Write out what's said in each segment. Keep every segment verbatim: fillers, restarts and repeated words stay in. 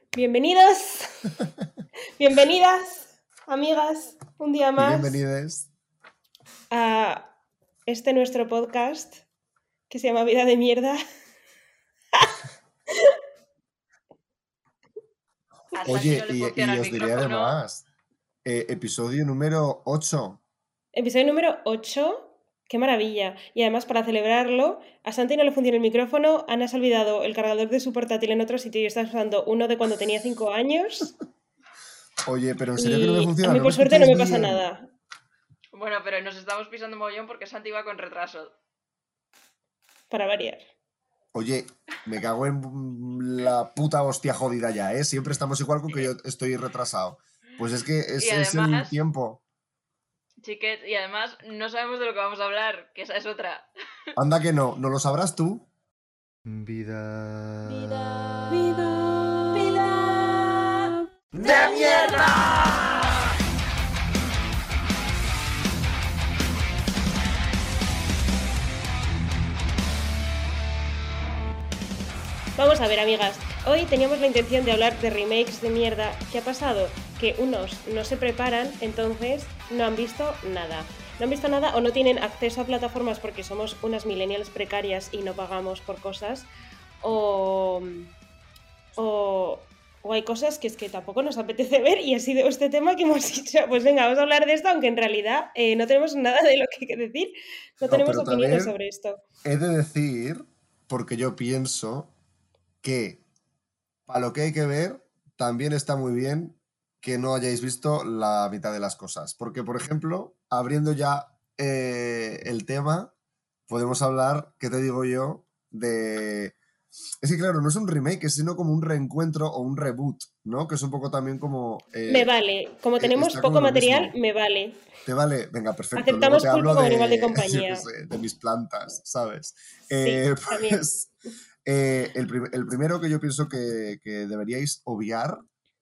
Bienvenidos, bienvenidas, amigas, un día Y más bienvenidos a este nuestro podcast que se llama Vida de Mierda. A Santi Oye, no le y, funciona y el os diré micrófono. además, eh, episodio número ocho. Episodio número ocho. ¡Qué maravilla! Y además, para celebrarlo, a Santi no le funciona el micrófono, Ana se ha olvidado el cargador de su portátil en otro sitio y está usando uno de cuando tenía cinco años. Oye, pero en serio que no me Y a funciona, mí, ¿no me por suerte, no escucháis me pasa bien? nada. Bueno, pero nos estamos pisando mogollón porque Santi va con retraso. Para variar. Oye, me cago en la puta hostia jodida ya, ¿eh? Siempre estamos igual con que yo estoy retrasado. Pues es que es, Y es el además, tiempo. chiquet, y además no sabemos de lo que vamos a hablar, que esa es otra. Anda que no, ¿no lo sabrás tú? Vida. Vida. Vida. Vida. ¡De mierda! Vamos a ver, amigas, hoy teníamos la intención de hablar de remakes de mierda. ¿Qué ha pasado? Que unos no se preparan, entonces no han visto nada. No han visto nada o no tienen acceso a plataformas porque somos unas millennials precarias y no pagamos por cosas. O, o, o hay cosas que es que tampoco nos apetece ver y ha sido este tema que hemos dicho, pues venga, vamos a hablar de esto, aunque en realidad eh, no tenemos nada de lo que decir, no, No, tenemos pero opiniones también sobre esto. he de decir, porque yo pienso que para lo que hay que ver, también está muy bien que no hayáis visto la mitad de las cosas. Porque, por ejemplo, abriendo ya eh, el tema, podemos hablar, ¿qué te digo yo? De... Es que claro, no es un remake, es sino como un reencuentro o un reboot, ¿no? Que es un poco también como... eh, Me vale, como eh, tenemos está como poco lo material, mismo. me vale. ¿Te vale? Venga, perfecto. Luego Aceptamos te pulpo hablo como animal de de, yo qué compañía. sé, de mis plantas, ¿sabes? Sí, Eh, también. pues eh, el, prim- el primero que yo pienso que, que deberíais obviar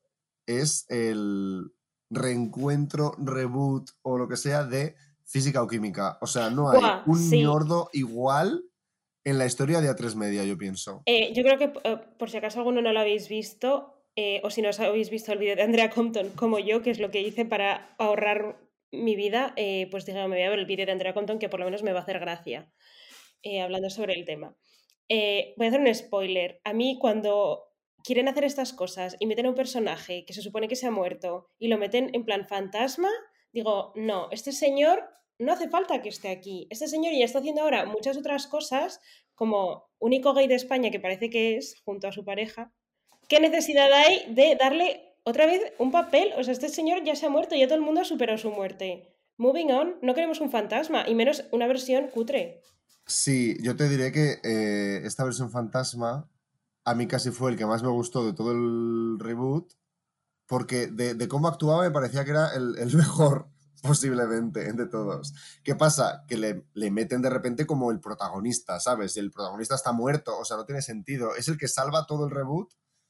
es el reencuentro, reboot o lo que sea de física o química. O sea, no hay Buah, un sí. ñordo igual en la historia de A tres Media, yo pienso. Eh, yo creo que, eh, por si acaso alguno no lo habéis visto, eh, o si no os habéis visto el vídeo de Andrea Compton como yo, que es lo que hice para ahorrar mi vida, eh, pues dije, me voy a ver el vídeo de Andrea Compton que por lo menos me va a hacer gracia, eh, hablando sobre el tema. Eh, voy a hacer un spoiler. A mí cuando quieren hacer estas cosas y meten a un personaje que se supone que se ha muerto y lo meten en plan fantasma, digo, no, este señor no hace falta que esté aquí. Este señor ya está haciendo ahora muchas otras cosas, como único gay de España que parece que es, junto a su pareja. ¿Qué necesidad hay de darle otra vez un papel? O sea, este señor ya se ha muerto, ya todo el mundo ha superado su muerte. Moving on, no queremos un fantasma, y menos una versión cutre. Sí, yo te diré que eh, esta versión fantasma a mí casi fue el que más me gustó de todo el reboot, porque de, de cómo actuaba me parecía que era el, el mejor posiblemente de todos. ¿Qué pasa? Que le, le meten de repente como el protagonista, ¿sabes? Y el protagonista está muerto, o sea, no tiene sentido. Es el que salva todo el reboot.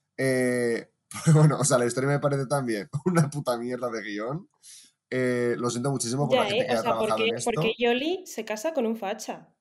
Eh, bueno, o sea, la historia me parece también una puta mierda de guión. Eh, lo siento muchísimo por la Ya, gente ¿eh? que O ha sea, trabajado porque, en porque esto. Yoli se casa con un facha.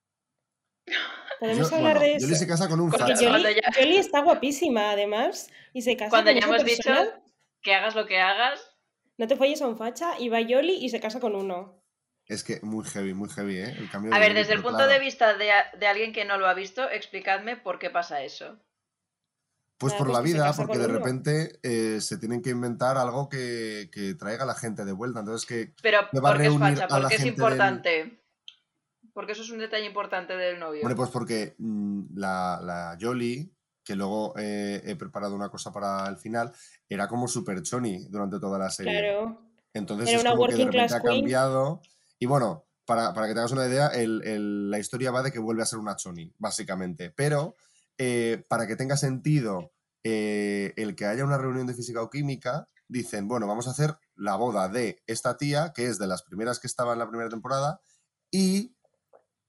Yo, ¿Podemos hablar bueno, de Yoli eso? se casa con un Porque Cuando, facha. cuando Yoli, ya, Yoli está guapísima, además, y se casa cuando con ya esa hemos dicho persona. que hagas lo que hagas, No te folles a un facha, y va Yoli y se casa con uno. Es que muy heavy, muy heavy, ¿eh? El cambio a de ver, Yoli, desde el pero punto de claro. vista de, a- de alguien que no lo ha visto, explicadme por qué pasa eso. Pues Nada, por pues la que se vida, casa porque con de uno. repente eh, se tienen que inventar algo que, que traiga a la gente de vuelta. Entonces, que, Pero, que va a ¿por qué es reunir facha? a ¿Por la qué es gente del... importante? Porque eso es un detalle importante del Bueno, novio. pues porque mm, la, la Jolie, que luego eh, he preparado una cosa para el final, era como super choni durante toda la serie. Claro. Entonces Era es una como que de working repente class ha queen. cambiado. Y bueno, para, para que te hagas una idea, el, el- la historia va de que vuelve a ser una choni, básicamente. Pero eh, para que tenga sentido eh, el que haya una reunión de física o química, dicen, bueno, vamos a hacer la boda de esta tía, que es de las primeras que estaba en la primera temporada, y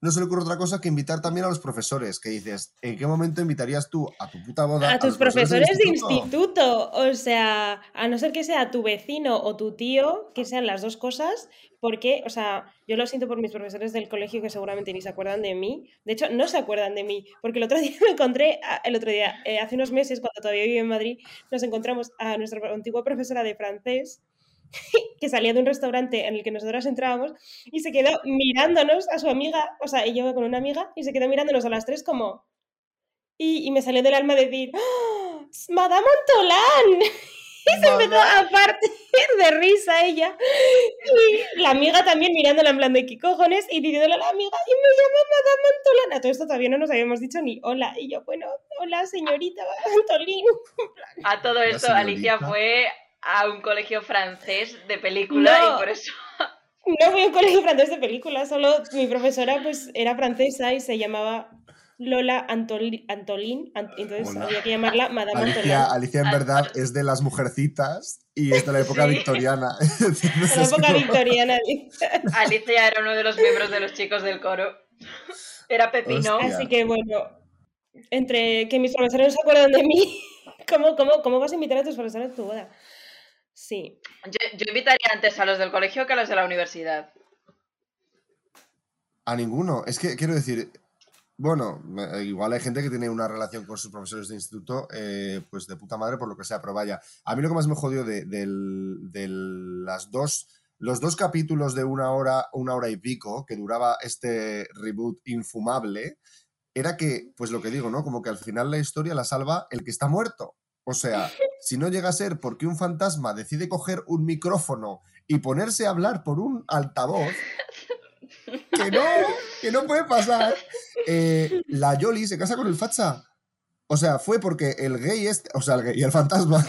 no se le ocurre otra cosa que invitar también a los profesores, que dices, ¿en qué momento invitarías tú a tu puta boda A a tus los profesores del profesores de instituto? instituto, o sea, a no ser que sea tu vecino o tu tío, que sean las dos cosas, porque, o sea, yo lo siento por mis profesores del colegio que seguramente ni se acuerdan de mí, de hecho no se acuerdan de mí, porque el otro día me encontré, a- el otro día, eh, hace unos meses, cuando todavía vivía en Madrid, nos encontramos a nuestra antigua profesora de francés, que salía de un restaurante en el que nosotras entrábamos y se quedó mirándonos a su amiga, o sea, ella iba con una amiga y se quedó mirándonos a las tres como... Y, y me salió del alma decir, ¡Oh, Madame Antolán! Y se empezó a partir de risa ella. Y la amiga también mirándola en plan de qué cojones y diciéndole a la amiga, y me llama Madame Antolán. A todo esto todavía no nos habíamos dicho ni hola. Y yo, bueno, hola señorita Antolín. A todo La esto, Alicia señorita. fue a un colegio francés de película No. y por eso... No fui a un colegio francés de película, solo mi profesora pues era francesa y se llamaba Lola Antoli- Antolín, Ant- entonces Hola. había que llamarla Madame Alicia, Antolán. Alicia en verdad es de las mujercitas y es de la época Sí. victoriana. Entonces De la es época como- victoriana. dice. Alicia era uno de los miembros de los chicos del coro. Era Pepino. Hostia. Así que bueno, entre que mis profesores no se acuerdan de mí, ¿cómo, cómo, cómo vas a invitar a tus profesores a tu boda? Sí. Yo, yo invitaría antes a los del colegio que a los de la universidad. A ninguno. Es que quiero decir, bueno, me- igual hay gente que tiene una relación con sus profesores de instituto, eh, pues de puta madre por lo que sea, pero vaya. A mí lo que más me jodió de, del- de las dos, los dos capítulos de una hora, una hora y pico que duraba este reboot infumable, era que, pues lo que digo, ¿no? Como que al final la historia la salva el que está muerto. O sea, si no llega a ser porque un fantasma decide coger un micrófono y ponerse a hablar por un altavoz, que no, que no puede pasar. Eh, la Yoli se casa con el facha. O sea, fue porque el gay es, o sea, el gay, el fantasma,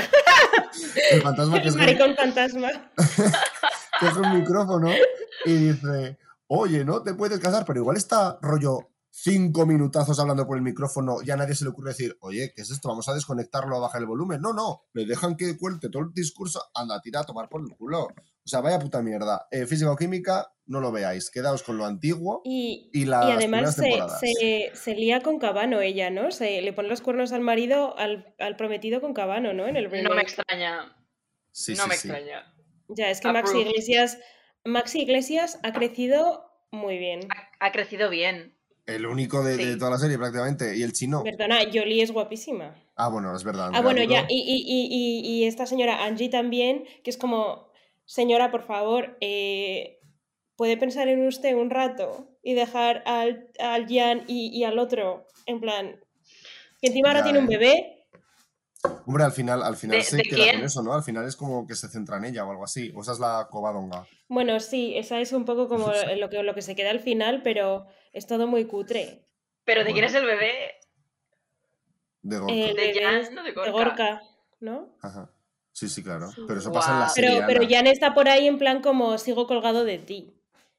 el fantasma que El es gay, maricón fantasma. coge un micrófono y dice, oye, no te puedes casar, pero igual está rollo cinco minutazos hablando por el micrófono y a nadie se le ocurre decir, oye, ¿qué es esto? Vamos a desconectarlo, a bajar el volumen. No, no, le dejan que cuente todo el discurso, anda, tira a tomar por el culo. O sea, vaya puta mierda. Eh, física o química, no lo veáis, quedaos con lo antiguo Y, y y las además primeras se, temporadas. se, se lía con Cabano ella, ¿no? Se le pone los cuernos al marido, al, al prometido con Cabano, ¿no? En el No me remake. extraña. Sí, no sí, me sí. extraña. Ya, es que Maxi Approved. Iglesias, Maxi Iglesias ha crecido muy bien. Ha, ha crecido bien. El único de, de Sí. toda la serie prácticamente. Y el chino. Perdona, Jolie es guapísima. Ah, bueno, es verdad. Ah, Andrea bueno, ya, Duro. y, y, y, y, y esta señora Angie también, que es como, señora, por favor, eh, ¿puede pensar en usted un rato y dejar al, al Jan y, y al otro, en plan, que encima ahora Ya, tiene un ¿eh? bebé? Hombre, al final, al final ¿De- se de queda quién? con eso, ¿no? Al final es como que se centra en ella o algo así. O esa es la covadonga. Bueno, sí, esa es un poco como Sí. lo que, lo que se queda al final, pero es todo muy cutre. ¿Pero de quién Bueno. es el bebé? De Gorka. El De bebé Jan, es no de de Gorka. Gorka, ¿no? Ajá. Sí, sí, claro. Sí. Pero eso pasa en la Guau. serie, Pero, pero Ana. Jan está por ahí en plan como sigo colgado de ti.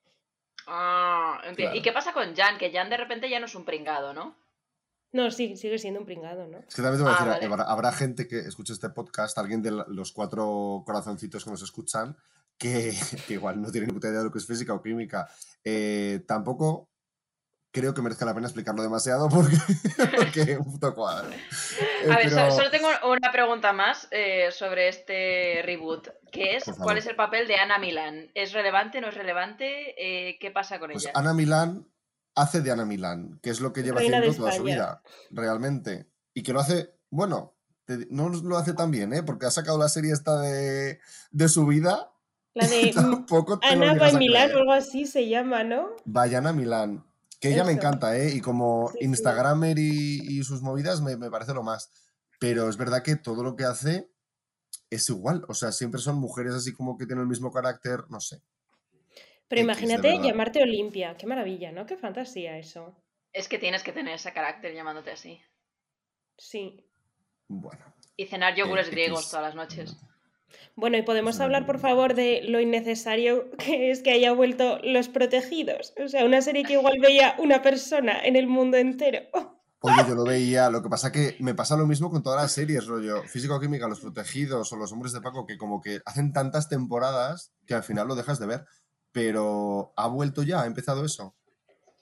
Ah, enti- Claro. ¿Y qué pasa con Jan? Que Jan de repente ya no es un pringado, ¿no? No, sí, sigue siendo un pringado, ¿no? Es que también te voy a Ah, decir, vale. habrá, habrá gente que escuche este podcast, alguien de la- los cuatro corazoncitos que nos escuchan, que, que igual no tiene ni puta idea de lo que es física o química. Eh, tampoco creo que merezca la pena explicarlo demasiado porque, porque un puto cuadro. Eh, A ver, pero, so- solo tengo una pregunta más eh, sobre este reboot, que es Por favor. ¿cuál es el papel de Ana Milán? ¿Es relevante, no es relevante? Eh, ¿Qué pasa con pues ella? Ana Milán hace de Ana Milán, que es lo que lleva Reina de haciendo toda su España. vida, realmente. Y que lo hace, bueno, te- no lo hace tan bien, ¿eh? Porque ha sacado la serie esta de, de su vida. La de mm, Tampoco te lo Ana llegas by a Milán creer. o algo así se llama, ¿no? Vayana Milán. Que ella me Eso. encanta, ¿eh? Y como Sí, sí. Instagramer y, y sus movidas me, me parece lo más. Pero es verdad que todo lo que hace es igual. O sea, siempre son mujeres así como que tienen el mismo carácter, no sé. Pero X, de imagínate verdad. llamarte Olimpia. Qué maravilla, ¿no? Qué fantasía eso. Es que tienes que tener ese carácter llamándote así. Sí. Bueno. Y cenar yogures Eh, griegos X. todas las noches. Bueno, y podemos Es una hablar, por locura. favor, de lo innecesario que es que haya vuelto Los Protegidos. O sea, una serie que igual veía una persona en el mundo entero. Oye, yo lo veía, lo que pasa que me pasa lo mismo con todas las series, rollo físico-química, Los Protegidos o Los Hombres de Paco, que como que hacen tantas temporadas que al final lo dejas de ver. Pero ¿ha vuelto ya? ¿Ha empezado eso?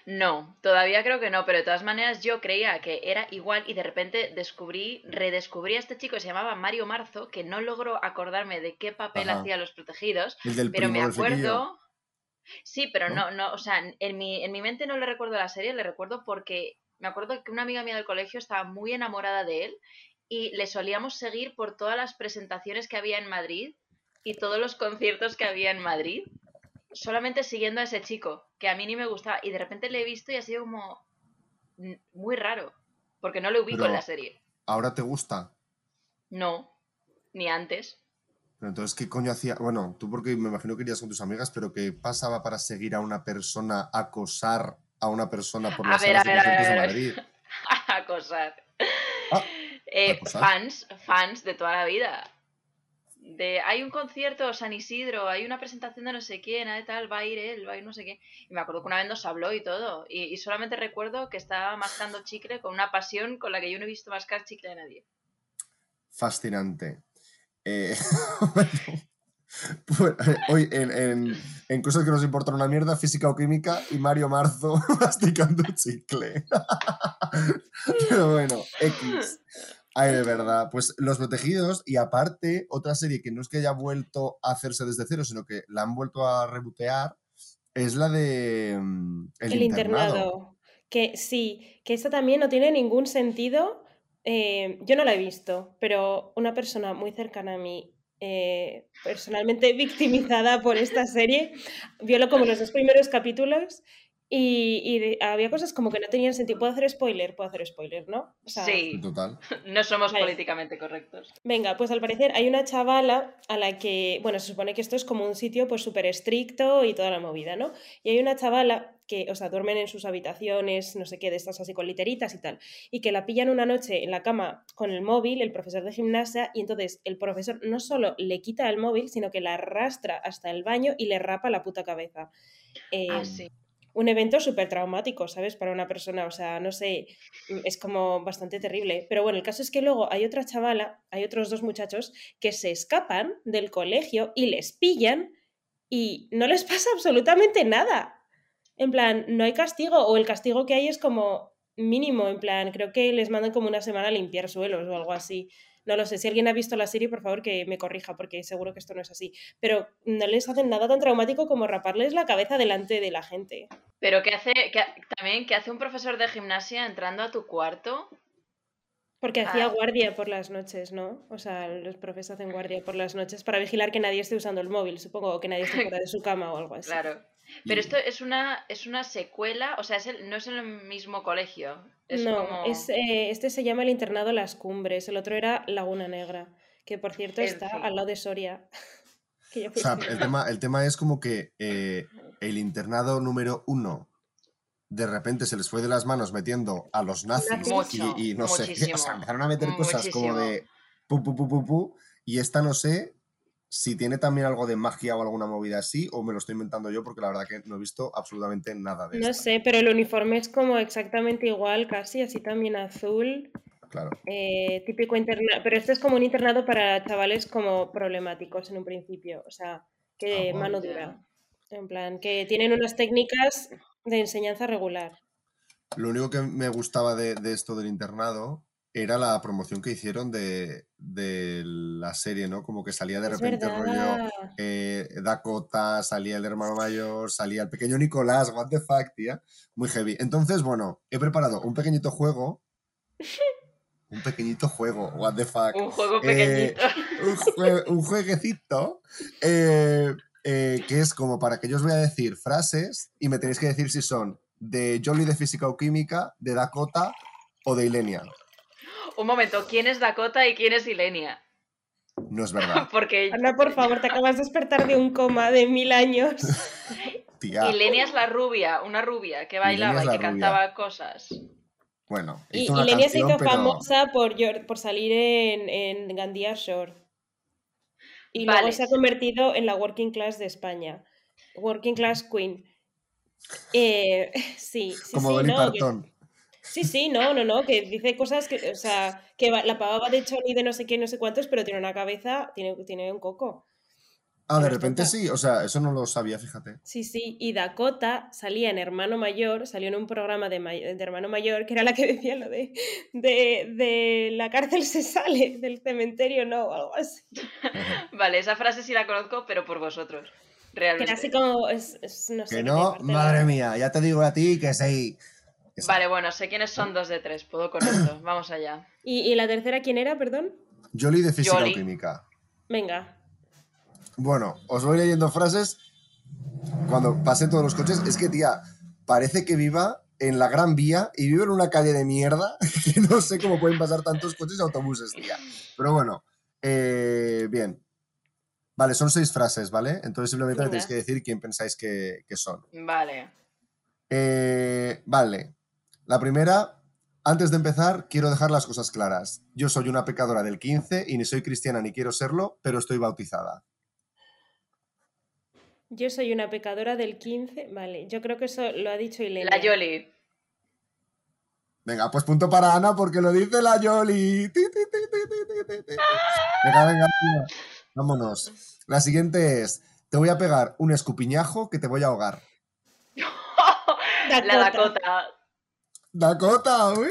No, todavía creo que no, pero de todas maneras yo creía que era igual y de repente descubrí, redescubrí a este chico que se llamaba Mario Marzo, que no logro acordarme de qué papel Ajá. hacía Los Protegidos, El del pero me primo del flequillo, acuerdo... Sí, pero ¿no? no, no, o sea, en mi, en mi mente no le recuerdo la serie, le recuerdo porque me acuerdo que una amiga mía del colegio estaba muy enamorada de él y le solíamos seguir por todas las presentaciones que había en Madrid y todos los conciertos que había en Madrid, solamente siguiendo a ese chico, que a mí ni me gustaba, y de repente le he visto y ha sido como mm, muy raro, porque no le ubico en la Pero serie. ahora te gusta. No, ni antes. Pero entonces, ¿qué coño hacía? Bueno, tú porque me imagino que irías con tus amigas, pero ¿qué pasaba para seguir a una persona, acosar a una persona por A las ver, a salas de ver, a ver, conciertos de a ver. Madrid? Acosar. Ah, Eh, acosar. fans, fans de toda la vida. De hay un concierto San Isidro, hay una presentación de no sé quién, de tal, va a ir él, va a ir no sé qué. Y me acuerdo que una vez nos habló y todo. Y, y solamente recuerdo que estaba mascando chicle con una pasión con la que yo no he visto mascar chicle de nadie. Fascinante. Eh, bueno, pues, eh, hoy en, en- en cosas que nos importan una mierda, física o química, y Mario Marzo masticando chicle. Pero bueno, X. Ay, de verdad. Pues Los Protegidos, y aparte, otra serie que no es que haya vuelto a hacerse desde cero, sino que la han vuelto a rebotear, es la de mm, El El Internado. internado. Que sí, que esta también no tiene ningún sentido. Eh, yo no la he visto, pero una persona muy cercana a mí, eh, personalmente victimizada por esta serie, vio como los dos primeros capítulos y, y de- había cosas como que no tenían sentido. ¿Puedo hacer spoiler? Puedo hacer spoiler, ¿no? O sea, En Sí, total. no somos vale. políticamente correctos. Venga, pues al parecer hay una chavala a la que, bueno, se supone que esto es como un sitio pues súper estricto y toda la movida, ¿no? Y hay una chavala que, o sea, duermen en sus habitaciones, no sé qué, de estas así con literitas y tal, y que la pillan una noche en la cama con el móvil, el profesor de gimnasia, y entonces el profesor no solo le quita el móvil, sino que la arrastra hasta el baño y le rapa la puta cabeza. Ah, Eh, sí. un evento súper traumático, ¿sabes? Para una persona, o sea, no sé, es como bastante terrible. Pero bueno, el caso es que luego hay otra chavala, hay otros dos muchachos que se escapan del colegio y les pillan y no les pasa absolutamente nada. En plan, no hay castigo o el castigo que hay es como mínimo, en plan, creo que les mandan como una semana a limpiar suelos o algo así. No lo sé, si alguien ha visto la serie, por favor que me corrija, porque seguro que esto no es así. Pero no les hacen nada tan traumático como raparles la cabeza delante de la gente. Pero ¿qué hace, qué ha- también, qué hace un profesor de gimnasia entrando a tu cuarto? Porque hacía Ah, guardia por las noches, ¿no? O sea, los profes hacen guardia por las noches para vigilar que nadie esté usando el móvil, supongo, o que nadie esté fuera de su cama o algo así. claro. Pero esto Y es una, es una secuela, o sea, es el- no es en el mismo colegio. Es No, es, como. eh, este se llama el internado Las Cumbres, el otro era Laguna Negra, que por cierto En está fin. al lado de Soria, que ya o fui sea, el estudiante. tema, el tema es como que eh, el internado número uno de repente se les fue de las manos metiendo a los nazis Nazis, y, Mucho, y no sé qué, o sea, muchísimo, empezaron a meter cosas como muchísimo. de pu, pu, pu, pu, pu, y esta no sé si tiene también algo de magia o alguna movida así, o me lo estoy inventando yo, porque la verdad que no he visto absolutamente nada de no esta. sé, pero el uniforme es como exactamente igual, casi, así también azul, Claro. eh, típico internado, pero este es como un internado para chavales como problemáticos en un principio, o sea, Ah, que guau. mano Ya. dura, en plan, que tienen unas técnicas de enseñanza regular. Lo único que me gustaba de, de esto del internado era la promoción que hicieron de, de la serie, ¿no? Como que salía de Es repente rollo verdad. eh, Dakota, salía el hermano mayor, salía el pequeño Nicolás, what the fuck, tía. Muy heavy. Entonces, bueno, he preparado un pequeñito juego. Un pequeñito juego, what the fuck. Un juego Eh, pequeñito. un, jue- un jueguecito eh, eh, que es como para que yo os voy a decir frases y me tenéis que decir si son de Jolly de Física o Química, de Dakota o de Ilenia. Un momento, ¿quién es Dakota y quién es Ilenia? No es verdad. Porque Ana, por favor, te acabas de despertar de un coma de mil años. Tía, Ilenia es la rubia, una rubia que Ilenia bailaba es y la que rubia. cantaba cosas. Bueno, hizo Y, y una Lenia se canción, hizo pero famosa por, yor- por salir en, en Gandía Shore. Y luego Vale, se ha convertido en la Working Class de España. Working Class Queen. Eh, sí, sí, como sí, Dolly no. que- Parton. sí, sí, no, no, no. Que dice cosas que, o sea, que va- la pava va de choni de no sé qué, no sé cuántos, pero tiene una cabeza, tiene, tiene un coco. Ah, que de no es repente tonta. sí, o sea, eso no lo sabía, fíjate. Sí, sí, y Dakota salía en Hermano Mayor, salió en un programa de, may- de Hermano Mayor, que era la que decía lo de, de, de la cárcel se sale, del cementerio no, o algo así. Vale, esa frase sí la conozco, pero por vosotros. Que era Realmente. así como, es, es- no sé, Que que te no, parte madre la... mía, ya te digo a ti que sí. Esa. Vale, bueno, sé quiénes son dos de tres, puedo con esto. Vamos allá. ¿Y, y la tercera quién era, perdón? Jolly de física o Jolly. química. Venga. Bueno, os voy leyendo frases cuando pasen todos los coches. Es que, tía, parece que viva en la Gran Vía y vive en una calle de mierda que no sé cómo pueden pasar tantos coches y autobuses, tía. Pero bueno, eh, bien. Vale, son seis frases, ¿vale? Entonces simplemente me tenéis Venga. que decir quién pensáis que, que son. Vale. Eh, vale. La primera, antes de empezar, quiero dejar las cosas claras. Yo soy una pecadora del quince y ni soy cristiana ni quiero serlo, pero estoy bautizada. Yo soy una pecadora del quince. Vale, yo creo que eso lo ha dicho La Ilenia. Jolly. Venga, pues punto para Ana porque lo dice la Yoli. Ti, ti, ti, ti, ti, ti, ti, ti. Venga, venga, venga. Vámonos. La siguiente es, te voy a pegar un escupiñajo que te voy a ahogar. La Dakota. Dakota. Dakota, uy.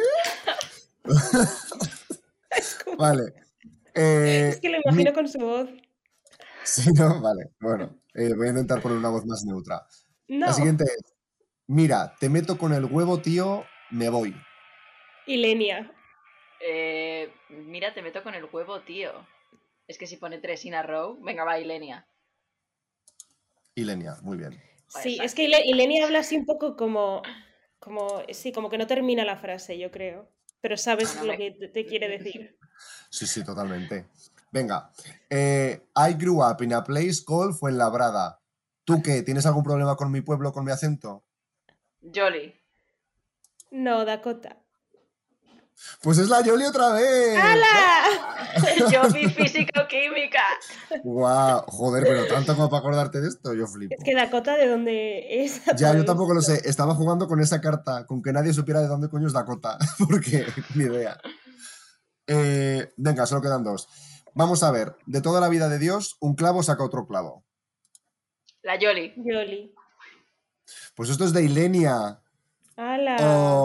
Es, como- Vale. Eh, es que lo mi- imagino con su voz. Sí, ¿no? Vale, bueno. eh, voy a intentar poner una voz más neutra. La No. siguiente es, mira, te meto con el huevo, tío, me voy. Ilenia. Eh, mira, te meto con el huevo, tío. Es que si pone tres in a row. Venga, va, Ilenia. Ilenia, muy bien. Sí, Joder, es que Ile- Ilenia habla así un poco como, como, sí, como que no termina la frase, yo creo. Pero sabes Bueno, lo me- que te, te quiere decir. Sí, sí, totalmente. Venga. eh, I grew up in a place called Fuenlabrada. ¿Tú qué? ¿Tienes algún problema con mi pueblo, con mi acento? Jolly. No, Dakota. Pues es la Yoli otra vez. ¡Hala! Yo vi físico-química. Guau, joder, pero tanto como para acordarte de esto, yo flipo. Es que Dakota, ¿de dónde es? a Ya, todo yo tampoco lo esto? sé. Estaba jugando con esa carta, con que nadie supiera de dónde coño es Dakota, porque ni idea. Eh, venga, solo quedan dos. Vamos a ver, de toda la vida de Dios, un clavo saca otro clavo. La Jolly. Yoli. Pues esto es de Ilenia. ¡Hala!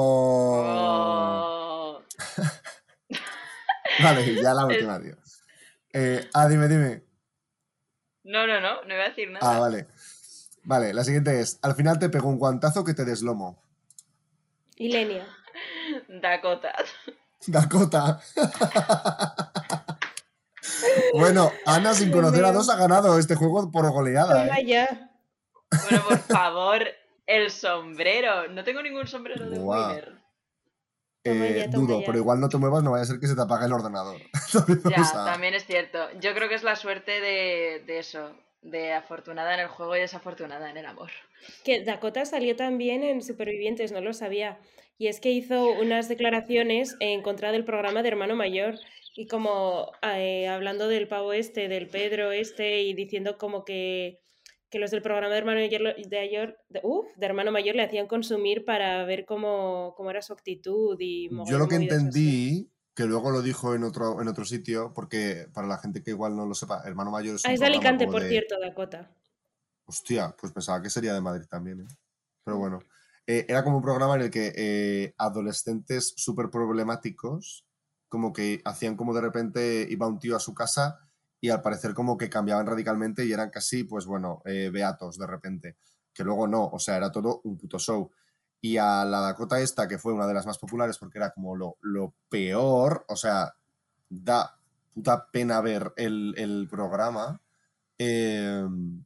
Oh. Oh. Vale, ya la última, tío. Eh, ah, dime, dime. No, no, no, no iba a decir nada. Ah, vale. Vale, la siguiente es, al final te pego un guantazo que te deslomo. Ilenia. Dakota. Dakota. Bueno, Ana, sin Me conocer a meo. dos, ha ganado este juego por goleada, Toma ¿eh? ya. Bueno, por favor, el sombrero. No tengo ningún sombrero de Buah. winner. Toma Eh, ya, toma dudo, ya. pero igual no te muevas, no vaya a ser que se te apague el ordenador. También vamos Ya, a- también es cierto. Yo creo que es la suerte de, de eso. De afortunada en el juego y desafortunada en el amor. Que Dakota salió también en Supervivientes, no lo sabía. Y es que hizo unas declaraciones en contra del programa de Hermano Mayor. Y como eh, hablando del pavo este, del Pedro este, y diciendo como que, que los del programa de Hermano Mayor, lo- de, Ayor- de, uf, de Hermano Mayor le hacían consumir para ver cómo, cómo era su actitud y Yo mogollón lo que movidas así. entendí, que luego lo dijo en otro, en otro sitio, porque para la gente que igual no lo sepa, Hermano Mayor es Ah, un es de programa Alicante, como por de... cierto, Dakota. Hostia, pues pensaba que sería de Madrid también, ¿eh? Pero Mm. bueno. Eh, era como un programa en el que eh, adolescentes súper problemáticos, como que hacían como de repente iba un tío a su casa y al parecer como que cambiaban radicalmente y eran casi, pues bueno, eh, beatos de repente. Que luego no, o sea, era todo un puto show. Y a la Dakota esta, que fue una de las más populares porque era como lo, lo peor, o sea, da puta pena ver el, el programa. Eh,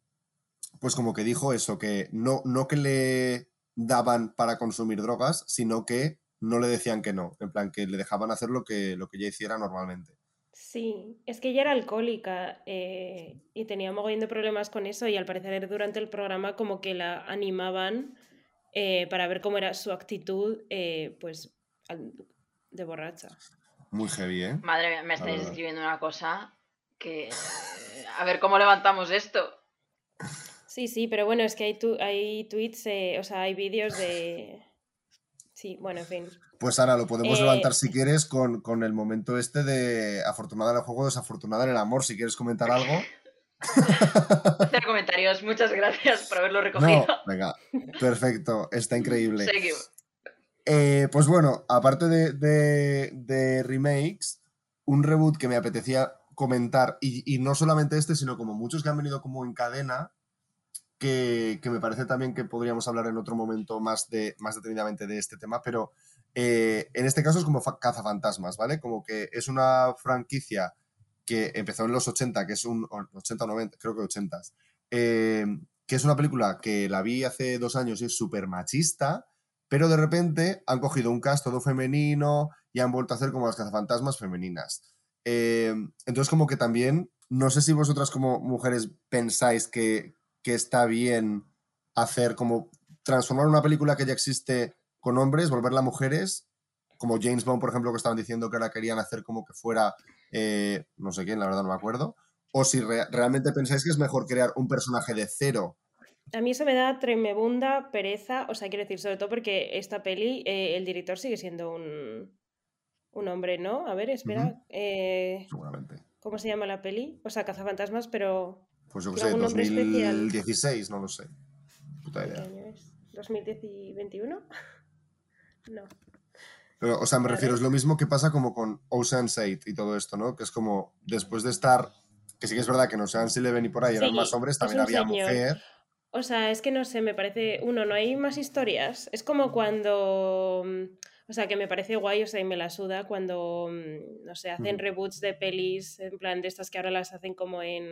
pues como que dijo eso, que no, no que le daban para consumir drogas, sino que no le decían que no, en plan que le dejaban hacer lo que, lo que ella hiciera normalmente. Sí, es que ella era alcohólica eh, y tenía mogollón de problemas con eso y al parecer durante el programa como que la animaban eh, para ver cómo era su actitud eh, pues al- de borracha. Muy heavy, ¿eh? Madre mía, me La estáis verdad. escribiendo una cosa que... A ver, ¿cómo levantamos esto? Sí, sí, pero bueno, es que hay, tu- hay tweets, eh, o sea, hay vídeos de... Sí, bueno, en fin. Pues Ana, lo podemos Eh, levantar si quieres con, con el momento este de afortunada en el juego, desafortunada en el amor. Si quieres comentar algo. Cero comentarios, muchas gracias por haberlo recogido. No, venga, perfecto, está increíble. Seguimos. Eh, pues bueno, aparte de, de, de remakes, un reboot que me apetecía comentar, y, y no solamente este, sino como muchos que han venido como en cadena, que, que me parece también que podríamos hablar en otro momento más, de, más detenidamente de este tema, pero eh, en este caso es como fa- cazafantasmas, ¿vale? Como que es una franquicia que empezó en los ochenta, que es un ochenta o noventa, creo que ochenta, eh, que es una película que la vi hace dos años y es súper machista, pero de repente han cogido un cast todo femenino y han vuelto a hacer como las cazafantasmas femeninas. Eh, entonces como que también, no sé si vosotras como mujeres pensáis que, que está bien hacer como transformar una película que ya existe con hombres, volverla a mujeres, como James Bond, por ejemplo, que estaban diciendo que ahora querían hacer como que fuera eh, no sé quién, la verdad no me acuerdo, o si re- realmente pensáis que es mejor crear un personaje de cero. A mí eso me da tremenda pereza, o sea, quiero decir, sobre todo porque esta peli, eh, el director sigue siendo un, un hombre, ¿no? A ver, espera, Ujú, eh, seguramente. ¿cómo se llama la peli? O sea, Cazafantasmas, pero Pues yo qué ¿tiene sé, algún nombre especial? dos mil dieciséis, no lo sé. Puta ¿De qué idea. año es? ¿dos mil veintiuno? No. Pero, o sea, me A refiero, ver. es lo mismo que pasa como con Ocean's Eight y todo esto, ¿no? Que es como, después de estar, que sí que es verdad que en Ocean's Eleven y por ahí eran más Sí, hombres, es también un había señor. mujer. O sea, es que no sé, me parece, uno, no hay más historias. Es como cuando, mm, o sea, que me parece guay, o sea, y me la suda cuando, mm, no sé, hacen Ujú. reboots de pelis, en plan de estas que ahora las hacen como en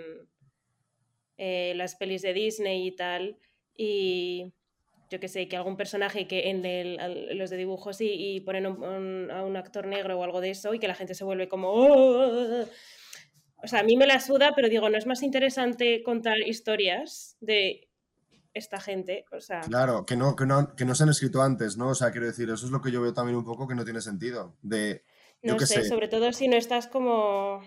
eh, las pelis de Disney y tal, y yo que sé, que algún personaje que en el, al- los de dibujos sí, y ponen un- un- a un actor negro o algo de eso, y que la gente se vuelve como... "Oh". O sea, a mí me la suda, pero digo, ¿no es más interesante contar historias de esta gente? O sea, Claro, que no, que, no, que no se han escrito antes, ¿no? O sea, quiero decir, eso es lo que yo veo también un poco que no tiene sentido. De, yo no qué sé, sé. sobre todo si no estás como...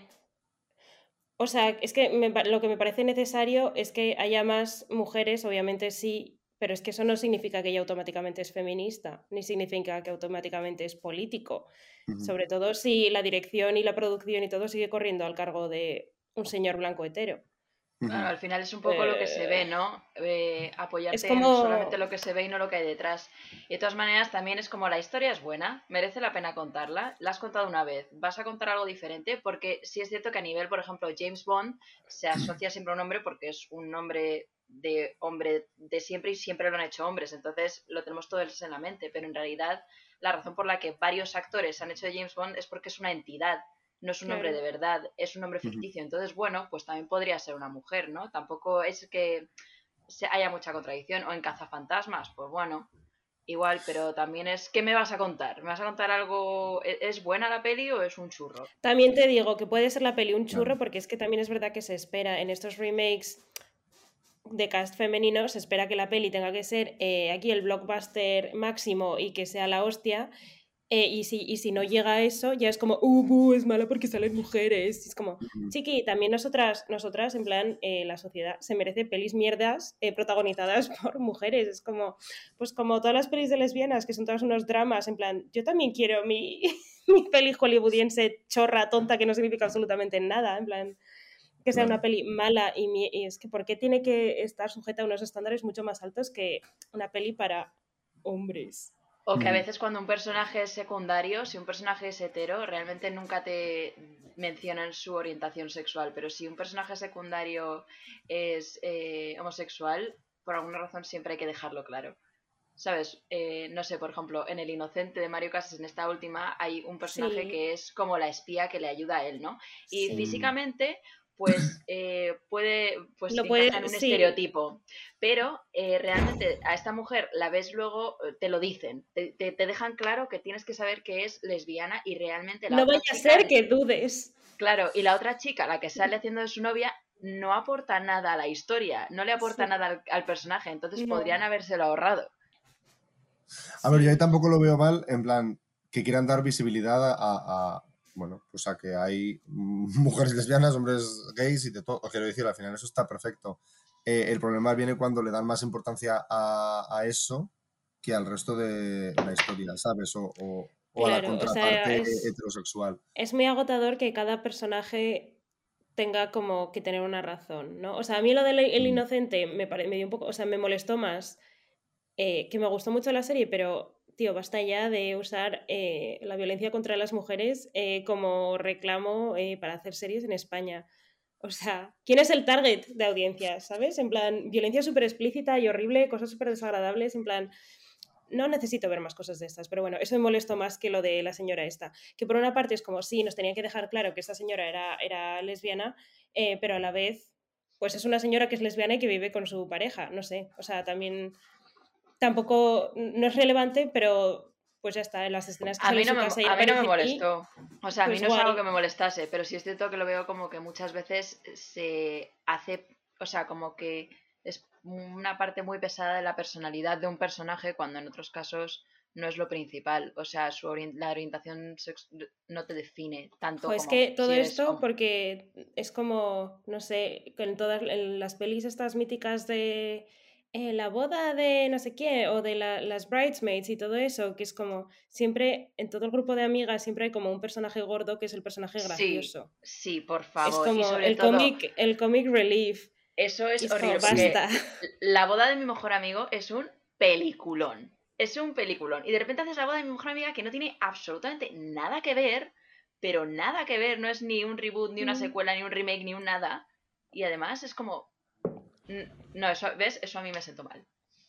O sea, es que me pa- lo que me parece necesario es que haya más mujeres, obviamente sí, pero es que eso no significa que ella automáticamente es feminista, ni significa que automáticamente es político. Ujú, Sobre todo si la dirección y la producción y todo sigue corriendo al cargo de un señor blanco hetero. Bueno, ujú. al final es un poco lo que se ve, Eh, ¿no? Eh, es apoyarte en solamente como... lo que se ve y no lo que hay detrás. Y de todas maneras, también es como la historia es buena, merece la pena contarla. La has contado una vez, vas a contar algo diferente, porque sí es cierto que a nivel, por ejemplo, James Bond se asocia siempre a un hombre porque es un nombre de hombre de siempre y siempre lo han hecho hombres, entonces lo tenemos todos en la mente, pero en realidad la razón por la que varios actores han hecho de James Bond es porque es una entidad, no es un nombre Claro. de verdad, es un nombre Ujú. ficticio. Entonces, bueno, pues también podría ser una mujer, ¿no? Tampoco es que se- haya mucha contradicción. O en Cazafantasmas, pues bueno, igual, pero también es, ¿qué me vas a contar? ¿Me vas a contar algo? ¿e- ¿Es buena la peli o es un churro? También te digo que puede ser la peli un Claro. churro, porque es que también es verdad que se espera en estos remakes de cast femenino, se espera que la peli tenga que ser eh, aquí el blockbuster máximo y que sea la hostia. Eh, y, si, y si no llega a eso, ya es como, uh, buh, es mala porque salen mujeres. Y es como, Ujú. chiqui, también nosotras, nosotras en plan, eh, la sociedad se merece pelis mierdas eh, protagonizadas por mujeres. Es como, pues como todas las pelis de lesbianas, que son todos unos dramas, en plan, yo también quiero mi, mi peli hollywoodiense chorra, tonta, que no significa absolutamente nada, en plan que sea una Claro. peli mala y, mi, y es que ¿por qué tiene que estar sujeta a unos estándares mucho más altos que una peli para hombres? O que a Ujú. veces cuando un personaje es secundario, si un personaje es hetero, realmente nunca te mencionan su orientación sexual, pero si un personaje secundario es eh, homosexual, por alguna razón siempre hay que dejarlo claro. ¿Sabes? Eh, no sé, por ejemplo, en El Inocente de Mario Casas, en esta última, hay un personaje Sí, que es como la espía que le ayuda a él, ¿no? Y sí. Mm, físicamente, pues eh, puede, pues Lo encaja en puede, un sí. estereotipo, pero eh, realmente a esta mujer la ves luego, eh, te lo dicen, te, te, te dejan claro que tienes que saber que es lesbiana y realmente la No otra vaya a chica, ser que dudes. claro, y la otra chica, la que sale haciendo de su novia, no aporta nada a la historia, no le aporta Sí, nada al, al personaje, entonces no, podrían habérselo ahorrado. A ver, yo ahí sí. tampoco lo veo mal, en plan, que quieran dar visibilidad a, a- bueno, pues a que hay mm, mujeres lesbianas, hombres gays y de todo. Quiero decir, al final eso está perfecto. Eh, el problema viene cuando le dan más importancia a, a eso que al resto de la historia, ¿sabes? O, o- o a la Claro, o sea, contraparte es, heterosexual. es muy agotador que cada personaje tenga como que tener una razón, ¿no? O sea, a mí lo del el Mm. inocente me, pare- me dio un poco, o sea, me molestó más, eh, que me gustó mucho la serie, pero, tío, basta ya de usar eh, la violencia contra las mujeres eh, como reclamo eh, para hacer series en España. O sea, ¿quién es el target de audiencia, sabes? En plan, violencia súper explícita y horrible, cosas súper desagradables, en plan, no necesito ver más cosas de estas, pero bueno, eso me molestó más que lo de la señora esta, que por una parte es como, sí, nos tenían que dejar claro que esta señora era, era lesbiana, eh, pero a la vez, pues es una señora que es lesbiana y que vive con su pareja, no sé, o sea, también, tampoco, no es relevante, pero pues ya está, en las escenas que A sale mí en no su me, casa y a mí no me aparece allí, molestó. O sea, a mí pues no es algo que guay. me molestase, pero sí es cierto que lo veo como que muchas veces se hace, o sea, como que es una parte muy pesada de la personalidad de un personaje cuando en otros casos no es lo principal. O sea, su orien- la orientación sex- no te define Jo, tanto es como que todo si eres esto, hombre. porque es como, no sé, en todas en las pelis estas míticas de eh, la boda de no sé qué, o de la- las bridesmaids y todo eso, que es como, siempre, en todo el grupo de amigas, siempre hay como un personaje gordo que es el personaje Sí, gracioso. sí, por Es favor. Y como sobre el todo, comic, el comic relief. eso Y es es como, horrible Sí, porque basta. la boda de mi mejor amigo es un peliculón. Es un peliculón. Y de repente haces la boda de mi mejor amiga que no tiene absolutamente nada que ver, pero nada que ver. No es ni un reboot, ni una Mm. secuela, ni un remake, ni un nada. Y además es como... n- No, eso, ¿ves? Eso a mí me sentó mal.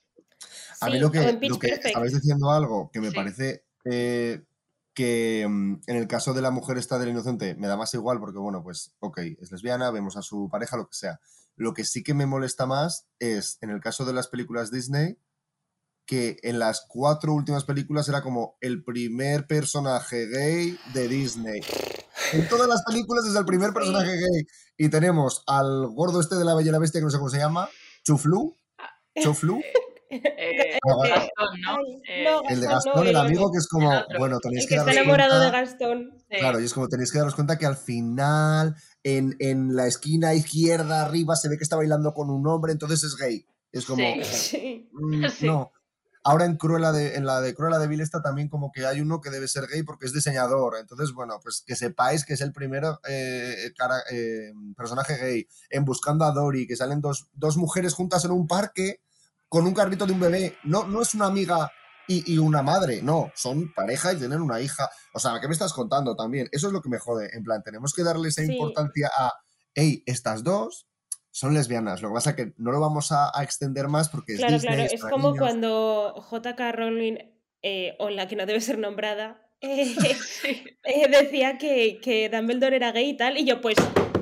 a mí lo Sí, o que, en lo Pitch que Perfect. estabais diciendo algo que me Sí, parece eh, que mm, en el caso de la mujer esta del inocente me da más igual porque, bueno, pues, ok, es lesbiana, vemos a su pareja, lo que sea. Lo que sí que me molesta más es, en el caso de las películas Disney, que en las cuatro últimas películas era como el primer personaje gay de Disney. En todas las películas es el primer personaje Sí. gay. Y tenemos al gordo este de la Bella y la Bestia, que no sé cómo se llama, Chuflu, Chuflu, eh, Eh, Gastón, ¿no? ay, Eh, no, el de Gastón no, Gastón, el el amigo, otro. que es el como, otro. bueno, tenéis El que que está daros Sí, enamorado de cuenta, Gastón. claro, sí, y es como tenéis que daros cuenta que al final, en, en la esquina izquierda arriba, se ve que está bailando con un hombre, entonces es gay. Es como, sí, Sí. mm, sí, no. Ahora en Cruella de, en la de Cruella de Vil está también como que hay uno que debe ser gay porque es diseñador. Entonces, bueno, pues que sepáis que es el primer eh, cara- eh, personaje gay. En Buscando a Dory, que salen dos, dos mujeres juntas en un parque con un carrito de un bebé. No, no es una amiga y, y una madre, no, son pareja y tienen una hija. O sea, ¿qué me estás contando también? Eso es lo que me jode. En plan, tenemos que darle esa Sí, importancia a, hey, estas dos son lesbianas. Lo que pasa es que no lo vamos a, a extender más porque es claro, claro. Disney, es Es para como niños. cuando J K. Rowling, eh, o la que no debe ser nombrada, eh, sí, eh, decía que, que Dumbledore era gay y tal, y yo, pues,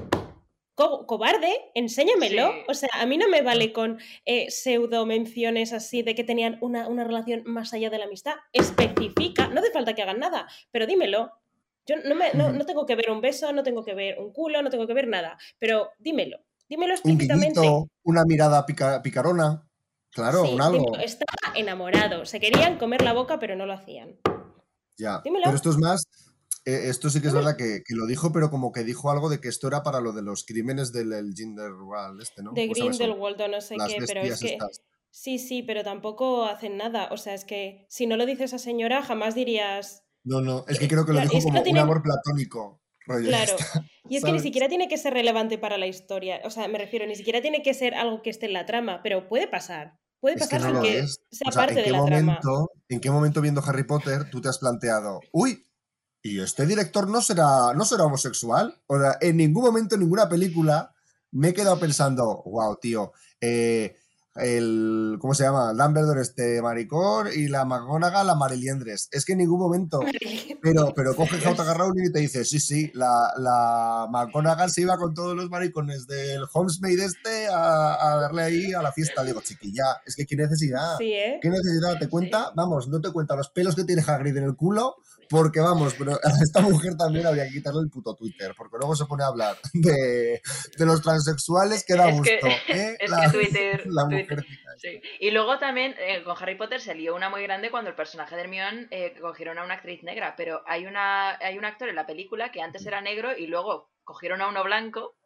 co- cobarde, enséñamelo. sí. O sea, a mí no me vale con eh, pseudo menciones así de que tenían una, una relación más allá de la amistad. Especifica, no hace falta que hagan nada, pero dímelo. Yo no, me, no, no tengo que ver un beso, no tengo que ver un culo, no tengo que ver nada, pero dímelo, dímelo Un explícitamente. guiñito, una mirada pica- picarona. Claro, un Sí, dímelo, algo. estaba enamorado, se querían comer la boca, pero no lo hacían. Ya. Dímelo, Pero esto es más. eh, esto sí que es dímelo. verdad que, que lo dijo, pero como que dijo algo de que esto era para lo de los crímenes del el Grindelwald, este, ¿no? De ¿Cómo se llama eso? Grindelwald o no sé Las qué, pero es bestias que estas. sí, sí, pero tampoco hacen nada. O sea, es que si no lo dice esa señora, jamás dirías No, no, es que que, creo que lo claro, y dijo es que no como un tienen, amor platónico. Rollo, ya está. claro, y es que ni ¿Sabes? siquiera tiene que ser relevante para la historia. O sea, me refiero, ni siquiera tiene que ser algo que esté en la trama, pero puede pasar. Puede Es que pasar no sin lo que es. O sea sea, ¿en parte de qué la trama. momento, en qué momento viendo Harry Potter tú te has planteado, uy, ¿y este director no será, no será homosexual? O sea, en ningún momento, en ninguna película, me he quedado pensando, wow, tío, eh, el, ¿cómo se llama? Dumbledore este maricón y la McGonagall la mariliendres. Es que en ningún momento. Pero, pero coge J K. Dios. Rowling y te dice, sí, sí, la, la McGonagall se iba con todos los maricones del Homesmaid este a, a darle ahí a la fiesta. Digo, chiquilla, es que qué necesidad. Sí, ¿Qué ¿eh? necesidad? ¿Te Sí. cuenta? Vamos, no te cuenta los pelos que tiene Hagrid en el culo, porque vamos, pero a esta mujer también habría que quitarle el puto Twitter, porque luego se pone a hablar de, de los transexuales que da Es que, gusto, ¿eh? es que La, Twitter, la Twitter, mujercita esta. sí. Y luego también eh, con Harry Potter se lió una muy grande cuando el personaje de Hermione eh, cogieron a una actriz negra, pero hay una hay un actor en la película que antes era negro y luego cogieron a uno blanco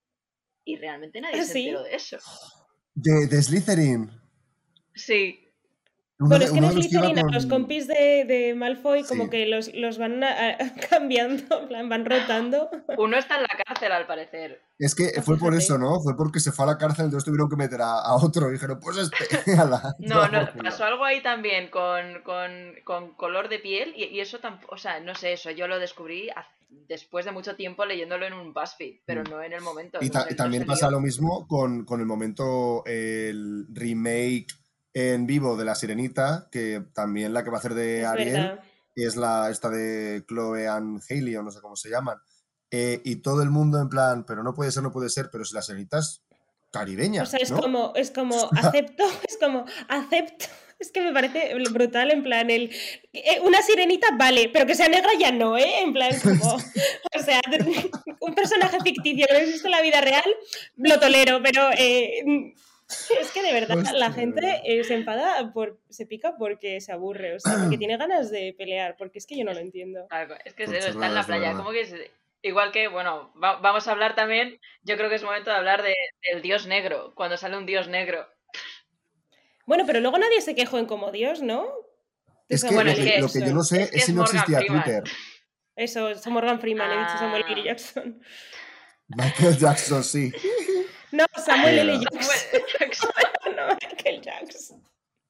y realmente nadie Ah, se enteró sí. de eso. De, de Slytherin. Sí, Uno Bueno, de, es que uno en de los que iba Slytherin a los con... compis de, de Malfoy como Sí. que los, los van a- a- cambiando, en plan, van rotando. Uno está en la cárcel, al parecer. Es que Ah, fue por fíjate. eso, ¿no? Fue porque se fue a la cárcel, entonces tuvieron que meter a, a otro. Y dijeron, pues este, a la No, no, por culo. pasó algo ahí también con, con, con color de piel y, y eso tampoco, o sea, no sé, eso yo lo descubrí haz- después de mucho tiempo leyéndolo en un BuzzFeed, pero Mm. no en el momento, Y, no ta- se, y no también se pasa lió. lo mismo con, con el momento, el remake en vivo de La Sirenita, que también la que va a hacer de Es Ariel verdad. es la esta de Chloe Anne Haley, o no sé cómo se llaman. Eh, y todo el mundo en plan, pero no puede ser, no puede ser, pero si La Sirenita es O caribeña, sea, es ¿no? como, es como, acepto, es como, acepto. Es que me parece brutal, en plan, el. eh, una sirenita, vale, pero que sea negra ya no, ¿eh? En plan, como. O sea, un personaje ficticio que no existe en la vida real, lo tolero, pero. eh, es que de verdad Hostia, la de gente verdad. eh, se enfada, por, se pica porque se aburre, o sea, porque tiene ganas de pelear, porque es que yo no lo entiendo. Algo- Es que es Por eso, está en la chorradas, de playa, verdad. como que es, igual que, bueno, va- vamos a hablar también, yo creo que es momento de hablar de- del dios negro, cuando sale un dios negro. Bueno, pero luego nadie se quejó en Como Dios, ¿no? De Es que Samuel Bueno, lo es L. que, que, lo que yo Jackson. no sé es que es es si no Morgan existía Freeman. Twitter. Eso, es Morgan Freeman, he dicho Samuel L. Ah, Jackson. Michael Jackson, sí. No, Samuel L. Eh, Jackson. Samuel Jackson. No, Michael Jackson.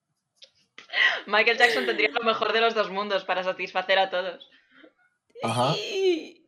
Michael Jackson tendría lo mejor de los dos mundos para satisfacer a todos. ajá. Y-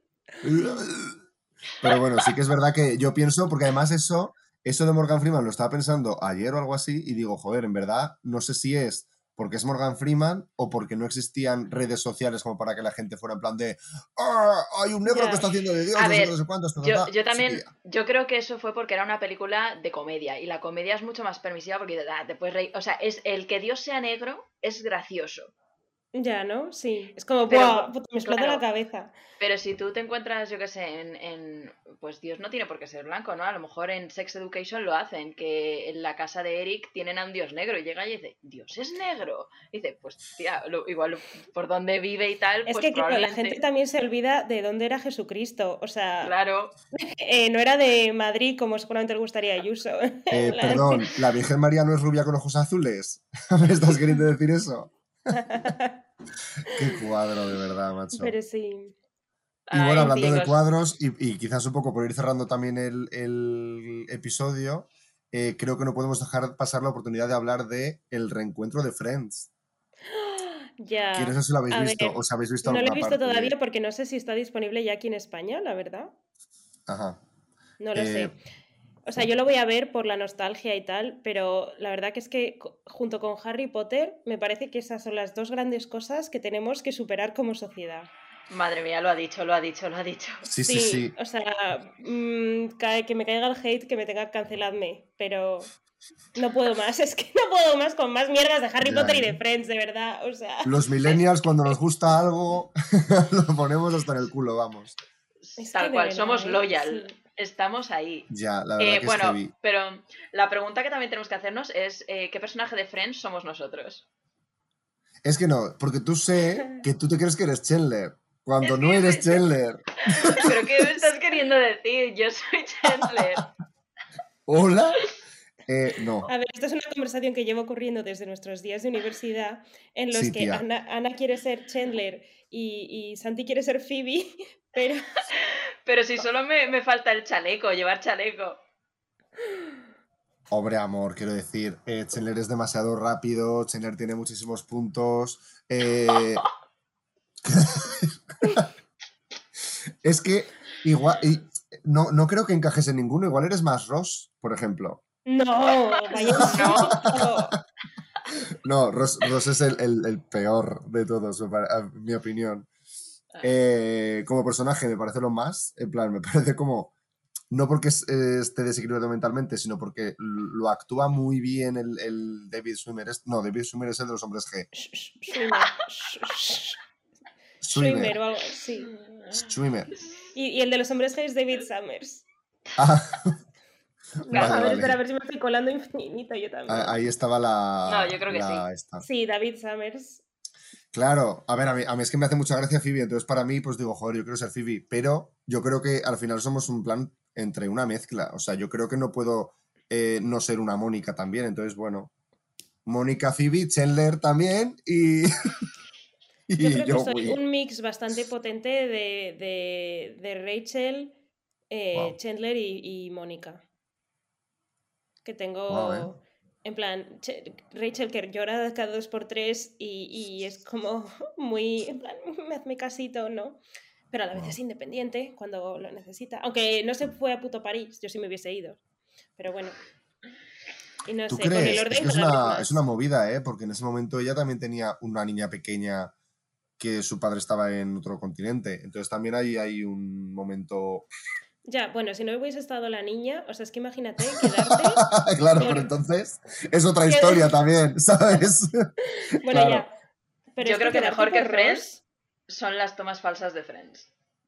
Pero bueno, sí que es verdad que yo pienso, porque además eso, eso de Morgan Freeman lo estaba pensando ayer o algo así, y digo, joder, en verdad, no sé si es porque es Morgan Freeman o porque no existían redes sociales como para que la gente fuera en plan de "Ah, hay un negro Ya. que está haciendo de Dios, A no sé qué, no ver, sé cuántos, ta, ta, yo, ta". yo Sí, también, ya. yo creo que eso fue porque era una película de comedia y la comedia es mucho más permisiva porque ah, te puedes reír, o sea, es el que Dios sea negro es gracioso, Ya, ¿no? Sí. Es como, pero ¡buah! Puta, me explota la claro, cabeza. pero si tú te encuentras, yo qué sé, en, en, pues Dios no tiene por qué ser blanco, ¿no? A lo mejor en Sex Education lo hacen, que en la casa de Eric tienen a un Dios negro y llega y dice, Dios es negro. Y dice, pues tía, lo- igual por donde vive y tal, Es pues que, claro, la probablemente, gente también se olvida de dónde era Jesucristo. O sea, claro, eh, no era de Madrid como seguramente le gustaría a Ayuso. En Eh, plan, perdón, ¿la Virgen María no es rubia con ojos azules? ¿Me estás queriendo decir eso? Qué cuadro, de verdad, macho. Pero sí. Y bueno, ay En hablando fin. de chicos, cuadros, y, y quizás un poco por ir cerrando también el, el episodio, eh, creo que no podemos dejar pasar la oportunidad de hablar de el reencuentro de Friends. Que no Ya. sé si lo habéis A visto ver, o si habéis visto no lo he alguna visto parte de... todavía porque no sé si está disponible ya aquí en España, la verdad. Ajá. No lo Eh, sé. O sea, yo lo voy a ver por la nostalgia y tal, pero la verdad que es que co- junto con Harry Potter me parece que esas son las dos grandes cosas que tenemos que superar como sociedad. madre mía, lo ha dicho, lo ha dicho, lo ha dicho. sí, sí, sí. O sea, mm, cae- que me caiga el hate, que me tenga que canceladme, pero no puedo más, es que no puedo más con más mierdas de Harry Ya, Potter y de ¿eh? Friends, de verdad, o sea, Los millennials, cuando nos gusta algo, lo ponemos hasta en el culo, vamos. es Tal que de cual, verdad, somos ¿eh? loyal, Sí. estamos ahí. Ya, la verdad Eh, que es bueno, heavy. pero la pregunta que también tenemos que hacernos es eh, ¿qué personaje de Friends somos nosotros? Es que no, porque tú sé que tú te crees que eres Chandler, cuando Es no que eres sí. Chandler. ¿Pero qué me estás queriendo decir? Yo soy Chandler. ¿Hola? Eh, no. A ver, esta es una conversación que lleva ocurriendo desde nuestros días de universidad, en los Sí, que tía. Ana, Ana quiere ser Chandler y, y Santi quiere ser Phoebe, pero Pero si solo me, me falta el chaleco, llevar chaleco. Hombre, amor, quiero decir, eh, Chandler es demasiado rápido, Chandler tiene muchísimos puntos. eh, es que igual, y no, no creo que encajes en ninguno, igual eres más Ross, por ejemplo. no, vaya No. insulto. No, Ross, Ross es el, el- el peor de todos, me pare- a mi opinión. Eh, como personaje me parece lo más, en plan, me parece como, no porque es- eh, esté desequilibrado mentalmente, sino porque lo actúa muy bien el, el David Schwimmer. Es- no, David Schwimmer es el de los hombres G. Sh- sh- Schwimmer. Sh- sh- Schwimmer. Schwimmer o algo así. Schwimmer. Y, y el de los hombres G es David Summers. Ah, No, Vale, a ver, vale. espera, a ver si me estoy colando infinito yo también. ah, ahí estaba la... No, yo creo que la- sí. esta. Sí, David Summers. Claro, a ver, a mí, a mí es que me hace mucha gracia Phoebe, entonces para mí, pues digo, joder, yo quiero ser Phoebe, pero yo creo que al final somos un plan entre una mezcla, o sea, yo creo que no puedo eh, no ser una Mónica también, entonces bueno, Mónica, Phoebe, Chandler también y... y Yo creo que Joey. soy un mix bastante potente de, de, de Rachel, eh, Wow. Chandler y, y Mónica. Que tengo, Wow, ¿eh? en plan, Ch- Rachel que llora cada dos por tres y, y es como muy, en plan, hazme casito, ¿no? Pero a la vez Wow. es independiente cuando lo necesita. Aunque no se fue a puto París, yo sí me hubiese ido. Pero bueno. Y no ¿Tú sé, con el crees? Es orden que es cada vez una, es una más. movida, ¿eh? Porque en ese momento ella también tenía una niña pequeña que su padre estaba en otro continente. Entonces también ahí hay un momento... Ya, bueno, si no hubiese estado la niña, o sea, es que imagínate quedarte Claro, pero con... entonces es otra que- historia también, ¿sabes? Bueno, Claro. ya. Pero Yo es que creo que quedarte mejor que por Friends Ross... son las tomas falsas de Friends.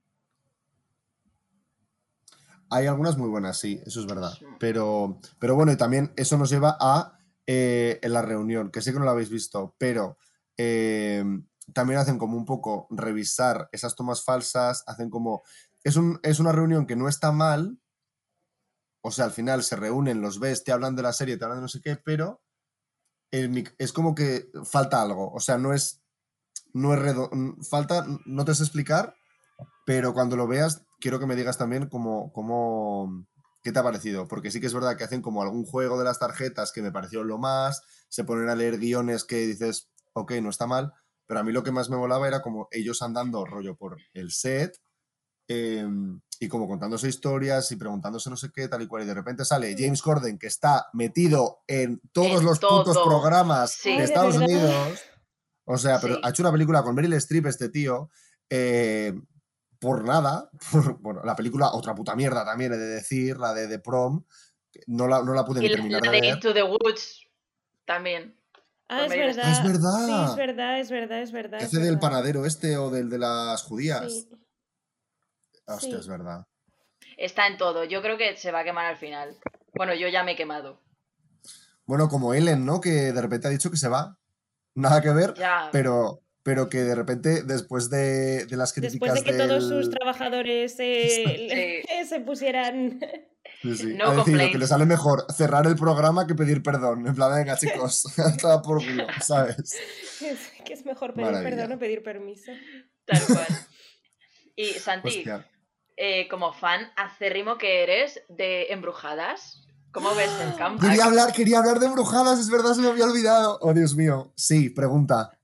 Hay algunas muy buenas, sí, eso es verdad. Es- Pero, pero bueno, y también eso nos lleva a eh, en la reunión, que sé que no la habéis visto, pero eh, también hacen como un poco revisar esas tomas falsas, hacen como... Es, un, es una reunión que no está mal, o sea, al final se reúnen, los ves, te hablan de la serie, te hablan de no sé qué, pero el mic- es como que falta algo, o sea, no es... No es redo- falta, no te sé explicar, pero cuando lo veas, quiero que me digas también cómo, cómo, qué te ha parecido. Porque sí que es verdad que hacen como algún juego de las tarjetas que me pareció lo más, se ponen a leer guiones que dices, ok, no está mal, pero a mí lo que más me molaba era como ellos andando rollo por el set eh, y como contándose historias y preguntándose no sé qué, tal y cual. Y de repente sale James Corden, que está metido en todos En los putos todo. programas Ay, de Sí, de Estados verdad. Unidos. O sea, pero ha sí. hecho una película con Meryl Streep este tío. Eh, por nada, por, bueno, la película, otra puta mierda también he de decir, la de The Prom, no la, no la pude Y ni la, terminar la de de ver. Into the Woods también. Ah, Con es Meryl Ah, Streep. es verdad. Sí, es verdad. verdad, es verdad, es verdad, Que es hace del verdad. panadero este o del de las Sí, judías. Hostia, es sí. verdad. Está en todo. Yo creo que se va a quemar al final. Bueno, yo ya me he quemado. Bueno, como Ellen, ¿no? Que de repente ha dicho que se va. Nada que ver, Ya. pero, pero que de repente, después de, de las Después de críticas que todos sus del... trabajadores eh, Sí. se pusieran... Sí, sí. Ha No decidido que le complaints. sale mejor cerrar el programa que pedir perdón. En plan, venga, chicos, está por culo, ¿sabes? que, es, que es mejor pedir perdón Maravilla. o pedir permiso. Tal cual. Y Santi, Hostia. eh, como fan acérrimo que eres de Embrujadas, ¿cómo ves el Quería comeback? hablar, quería hablar de Embrujadas, es verdad, se me había olvidado. Oh, Dios mío. Sí, pregunta.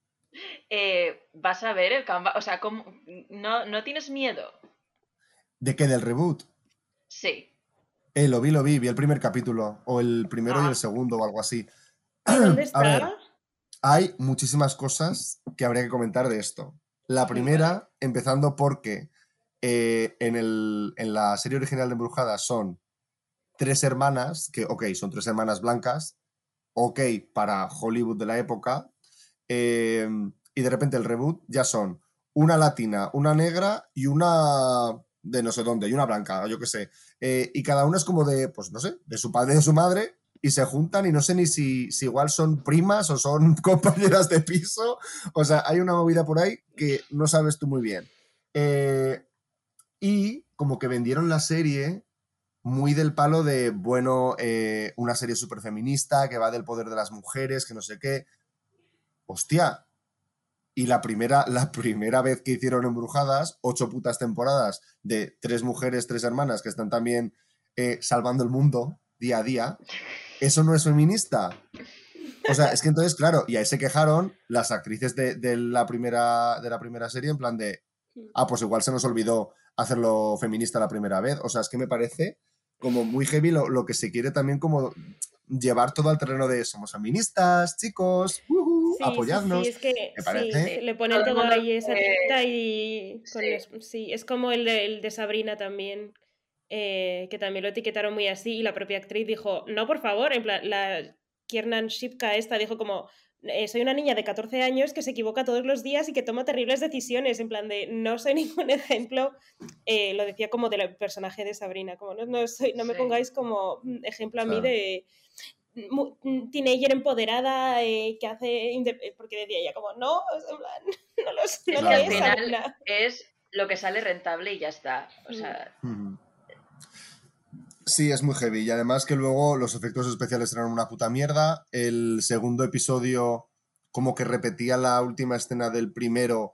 Eh, ¿vas a ver el comeback? O sea, ¿cómo- no, ¿no tienes miedo? ¿De qué? ¿Del reboot? Sí. Eh, lo vi, lo vi, vi el primer capítulo. O el primero y el Ah, segundo o algo así. ¿Y dónde A ver, está? hay muchísimas cosas que habría que comentar de esto. La primera, vale. empezando porque eh, en, el, en la serie original de Embrujadas son tres hermanas, que, ok, son tres hermanas blancas, ok, para Hollywood de la época, eh, y de repente el reboot ya son una latina, una negra y una de no sé dónde, y una blanca, yo qué sé. Eh, y cada una es como de, pues no sé, de su padre y de su madre, y se juntan y no sé ni si, si igual son primas o son compañeras de piso. O sea, hay una movida por ahí que no sabes tú muy bien. Eh, y como que vendieron la serie muy del palo de, bueno, eh, una serie súper feminista que va del poder de las mujeres, que no sé qué. Hostia. Y la primera, la primera vez que hicieron Embrujadas, ocho putas temporadas de tres mujeres, tres hermanas que están también eh, salvando el mundo día a día, ¿eso no es feminista? O sea, es que entonces, claro, y ahí se quejaron las actrices de, de la, primera, de la primera serie en plan de, ah, pues igual se nos olvidó hacerlo feminista la primera vez. O sea, es que me parece como muy heavy lo, lo que se quiere también como llevar todo al terreno de somos feministas, chicos, uh-huh, Sí, sí, sí, apoyadnos. es que Me sí, parece... Sí. que le ponen Todo el todo mundo ahí esa etiqueta que... y con Sí. es- sí, es como el de, el de Sabrina también, eh, que también lo etiquetaron muy así y la propia actriz dijo, no, por favor, en plan, la Kiernan Shipka esta dijo como, "Eh, soy una niña de catorce años que se equivoca todos los días y que toma terribles decisiones, en plan de, no soy ningún ejemplo, eh, lo decía como del personaje de Sabrina, como no, no, soy, no me Sí. pongáis como mm, ejemplo a mí Claro. de mu- teenager empoderada eh, que hace inde- porque decía ella como no, o sea, en plan, no, los, Es no que lo al Claro, es claro. final Sabrina. es lo que sale rentable y ya está. O Mm. sea, Ujú. Sí, es muy heavy. Y además que luego los efectos especiales eran una puta mierda. El segundo episodio como que repetía la última escena del primero,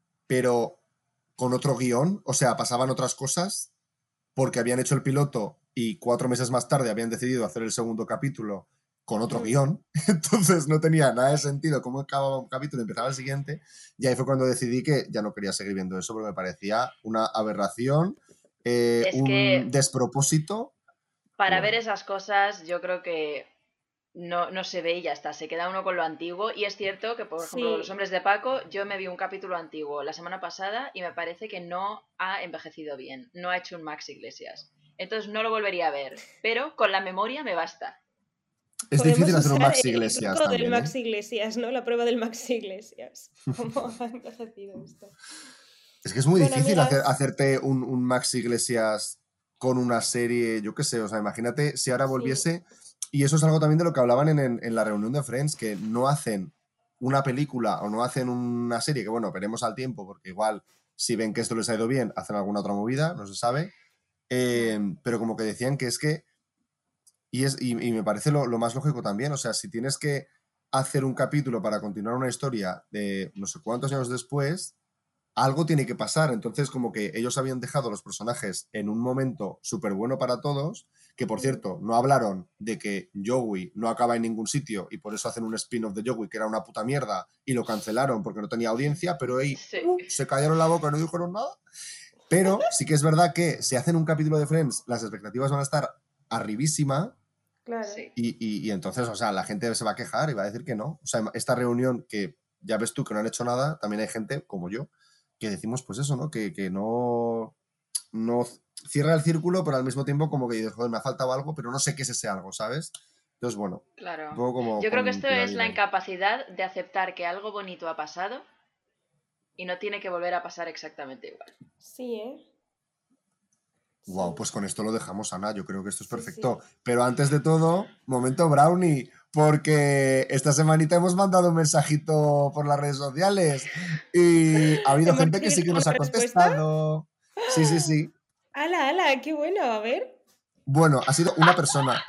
pero con otro guión. O sea, pasaban otras cosas porque habían hecho el piloto y cuatro meses más tarde habían decidido hacer el segundo capítulo con otro Mm. guión. Entonces no tenía nada de sentido cómo acababa un capítulo y empezaba el siguiente. Y ahí fue cuando decidí que ya no quería seguir viendo eso porque me parecía una aberración, eh, Es un que despropósito. para Bueno. ver esas cosas yo creo que no, no se ve y ya está, se queda uno con lo antiguo. Y es cierto que, por ejemplo, Los Sí, Hombres de Paco, yo me vi un capítulo antiguo la semana pasada y me parece que no ha envejecido bien, no ha hecho un Max Iglesias. Entonces no lo volvería a ver, pero con la memoria me basta. Es podemos difícil hacer un usar Max el Iglesias truco del también, ¿eh? Max Iglesias, ¿no? La prueba del Max Iglesias. ¿Cómo ha envejecido esto? Es que es muy Bueno, difícil hacer, amigas, hacerte un, un Max Iglesias con una serie, yo qué sé, o sea, imagínate si ahora sí. volviese, y eso es algo también de lo que hablaban en, en- en la reunión de Friends, que no hacen una película o no hacen una serie, que bueno, veremos al tiempo, porque igual si ven que esto les ha ido bien, hacen alguna otra movida, no se sabe, Eh, pero como que decían que es que, y, es, y, y me parece lo, lo más lógico también, o sea, si tienes que hacer un capítulo para continuar una historia de no sé cuántos años después, algo tiene que pasar. Entonces, como que ellos habían dejado los personajes en un momento súper bueno para todos, que por Mm. cierto, no hablaron de que Joey no acaba en ningún sitio y por eso hacen un spin-off de Joey que era una puta mierda y lo cancelaron porque no tenía audiencia, pero ahí Sí. uh, se callaron la boca y no dijeron nada. Pero sí que es verdad que si hacen un capítulo de Friends, las expectativas van a estar arribísima. Claro. Sí. Y, y, y entonces, o sea, la gente se va a quejar y va a decir que no. O sea, esta reunión que ya ves tú que no han hecho nada, también hay gente como yo que decimos pues eso, ¿no? Que, que no, no cierra el círculo, pero al mismo tiempo como que dices, joder, me ha faltado algo, pero no sé qué es ese algo, ¿sabes? Entonces, bueno, un Claro. poco como Yo creo que con esto es la cuidadín. incapacidad de aceptar que algo bonito ha pasado y no tiene que volver a pasar exactamente igual. Sí, ¿eh? Wow, Sí, pues con esto lo dejamos, Ana. Yo creo que esto es sí, perfecto. sí. Pero antes de todo, momento brownie, porque esta semanita hemos mandado un mensajito por las redes sociales y ha habido ¿Hemos gente que sí recibido que nos alguna ha respuesta? contestado. Sí, sí, sí. ¡Hala, hala! ¡Qué bueno! A ver. Bueno, ha sido una persona.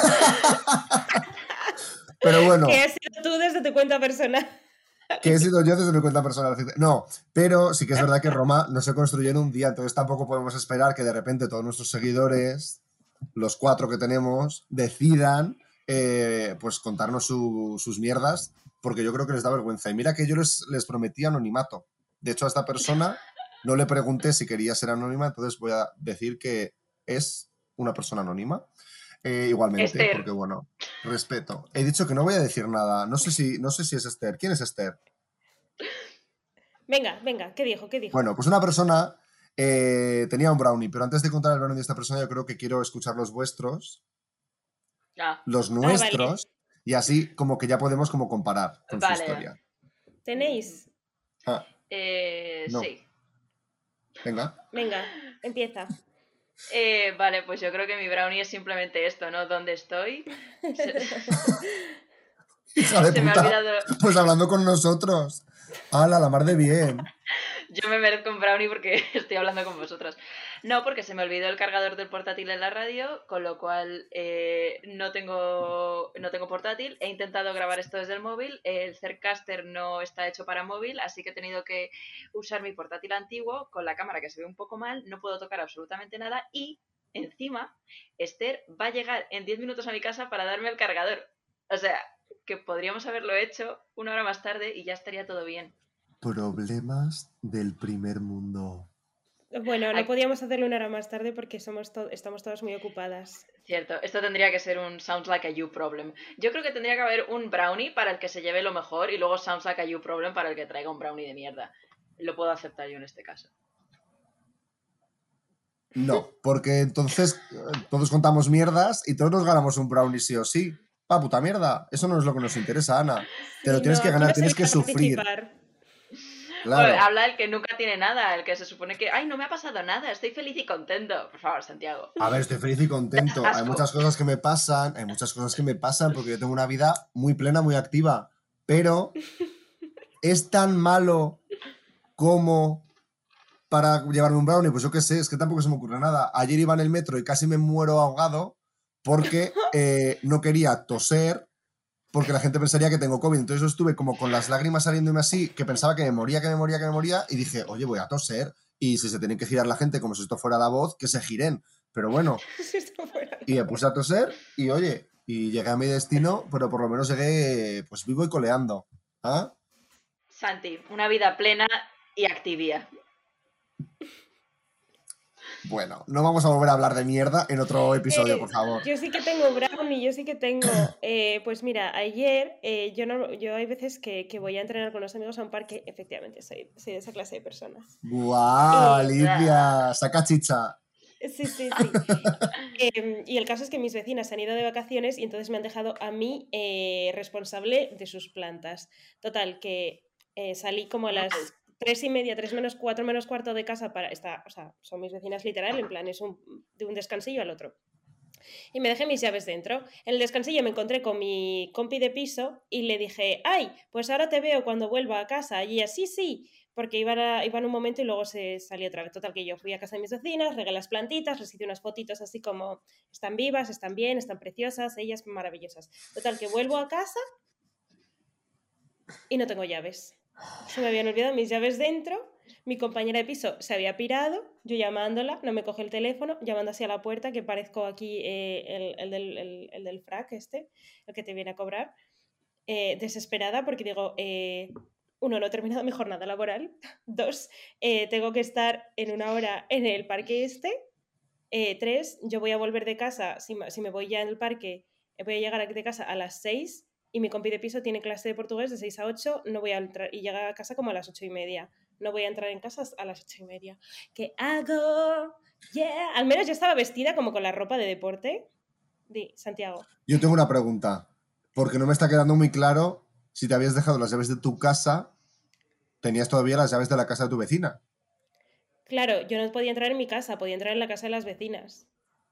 Pero Que bueno, has sido tú desde tu cuenta personal. que he sido yo desde mi cuenta personal. No, pero sí que es verdad que Roma no se construyó en un día, entonces tampoco podemos esperar que de repente todos nuestros seguidores, los cuatro que tenemos, decidan eh, pues contarnos su- sus mierdas, porque yo creo que les da vergüenza. Y mira que yo les, les prometí anonimato. De hecho, a esta persona no le pregunté si quería ser anónima, entonces voy a decir que es una persona anónima. Eh, igualmente, Esther, porque bueno, respeto. He dicho que no voy a decir nada. No sé si, no sé si es Esther. ¿Quién es Esther? Venga, venga, ¿qué dijo? ¿Qué dijo? Bueno, pues una persona eh, tenía un brownie, pero antes de contar el brownie de esta persona, yo creo que quiero escuchar los vuestros, ah, los Ah, vale. nuestros, y así como que ya podemos como comparar con su vale. historia. ¿Tenéis? Ah, Eh, no. sí. Venga. Venga, empieza. Eh, vale, pues yo creo que mi brownie es simplemente esto, ¿no? ¿Dónde estoy? Se, Hija de se me ha puta. olvidado. Pues hablando con nosotros. ¡Hala, la mar de bien! Yo me merezco un brownie porque estoy hablando con vosotros. No, porque se me olvidó el cargador del portátil en la radio, con lo cual eh, no, tengo, no tengo portátil. He intentado grabar esto desde el móvil. El Zencaster no está hecho para móvil, así que he tenido que usar mi portátil antiguo con la cámara que se ve un poco mal. No puedo tocar absolutamente nada y encima Esther va a llegar en diez minutos a mi casa para darme el cargador. O sea, que podríamos haberlo hecho una hora más tarde y ya estaría todo bien. Problemas del primer mundo. Bueno, no Ay, podíamos hacerlo una hora más tarde porque somos to- estamos todas muy ocupadas. cierto, esto tendría que ser un Sounds Like a You Problem. Yo creo que tendría que haber un brownie para el que se lleve lo mejor y luego Sounds Like a You Problem para el que traiga un brownie de mierda. Lo puedo aceptar yo en este caso. No, porque entonces eh, todos contamos mierdas y todos nos ganamos un brownie sí o sí. Pa puta mierda. Eso no es lo que nos interesa, Ana. Te lo Sí, tienes no, que aquí ganar, vas a tienes que venir a sufrir. participar. Bueno, Claro. habla el que nunca tiene nada, el que se supone que, ay, no me ha pasado nada, estoy feliz y contento. Por favor, Santiago. A ver, estoy feliz y Das contento. Hay asco. muchas cosas que me pasan, hay muchas cosas que me pasan porque yo tengo una vida muy plena, muy activa. Pero es tan malo como para llevarme un brownie? Pues yo qué sé, es que tampoco se me ocurre nada. Ayer iba en el metro y casi me muero ahogado porque eh, no quería toser porque la gente pensaría que tengo COVID. Entonces yo estuve como con las lágrimas saliéndome así, que pensaba que me moría, que me moría, que me moría, y dije, oye, voy a toser. Y si se tienen que girar la gente como si esto fuera la voz, que se giren. Pero bueno, Si esto fuera- y me puse a toser y oye, y llegué a mi destino, pero por lo menos llegué pues vivo y coleando. ¿Ah? Santi, una vida plena y activia. Bueno, no vamos a volver a hablar de mierda en otro episodio, Eh, por favor. Yo sí que tengo brownie, yo sí que tengo. eh, pues mira, ayer eh, yo no, yo hay veces que, que voy a entrenar con los amigos a un parque, efectivamente, soy, soy de esa clase de personas. ¡Guau, Eh, Alicia! ¡Saca chicha! sí, sí, sí. Em, y el caso es que mis vecinas se han ido de vacaciones y entonces me han dejado a mí eh, responsable de sus plantas. Total, que eh, salí como a las tres y media, tres menos cuatro menos cuarto de casa para esta, o sea, son mis vecinas literal, en plan, es un, de un descansillo al otro. Y me dejé mis llaves dentro. En el descansillo me encontré con mi compi de piso y le dije, ay, pues ahora te veo cuando vuelva a casa. Y ella, sí, sí, porque iban, a, iban un momento y luego se salió otra vez. Total, que yo fui a casa de mis vecinas, regué las plantitas, les hice unas fotitos así como, están vivas, están bien, están preciosas, ellas maravillosas. Total, que vuelvo a casa y no tengo llaves. Se me habían olvidado mis llaves dentro. Mi compañera de piso se había pirado, yo llamándola, no me coge el teléfono, llamando así a la puerta, que parezco aquí eh, el, el, del, el, el del frac este, el que te viene a cobrar, eh, desesperada porque digo, eh, uno, no he terminado mi jornada laboral, dos, eh, tengo que estar en una hora en el parque este, eh, tres, yo voy a volver de casa, si, si me voy ya en el parque, voy a llegar de casa a las seis y mi compi de piso tiene clase de portugués de seis a ocho, no voy a entrar, y llega a casa como a las ocho y media. No voy a entrar en casa a las ocho y media. ¿Qué hago? Yeah. Al menos yo estaba vestida como con la ropa de deporte. Di, Santiago. Yo tengo una pregunta, porque no me está quedando muy claro si te habías dejado las llaves de tu casa, tenías todavía las llaves de la casa de tu vecina. Claro, yo no podía entrar en mi casa, podía entrar en la casa de las vecinas.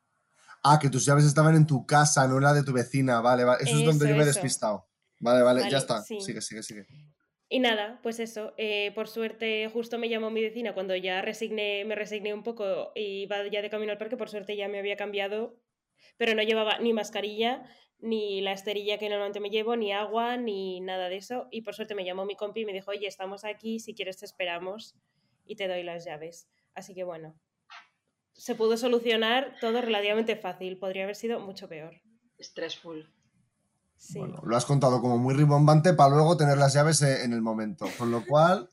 Ah, que tus llaves estaban en tu casa, no en la de tu vecina. Vale, vale. Eso, es donde Eso, yo me he eso. despistado. Vale, vale, Vale, ya está. sí. Sigue, sigue, sigue. Y nada, pues eso, eh, por suerte justo me llamó mi vecina cuando ya resigné, me resigné un poco y iba ya de camino al parque, por suerte ya me había cambiado, pero no llevaba ni mascarilla, ni la esterilla que normalmente me llevo, ni agua, ni nada de eso, y por suerte me llamó mi compi y me dijo, oye, estamos aquí, si quieres te esperamos y te doy las llaves. Así que bueno, se pudo solucionar todo relativamente fácil, podría haber sido mucho peor. Stressful. Sí. Bueno, lo has contado como muy rimbombante para luego tener las llaves eh, en el momento. Con lo cual,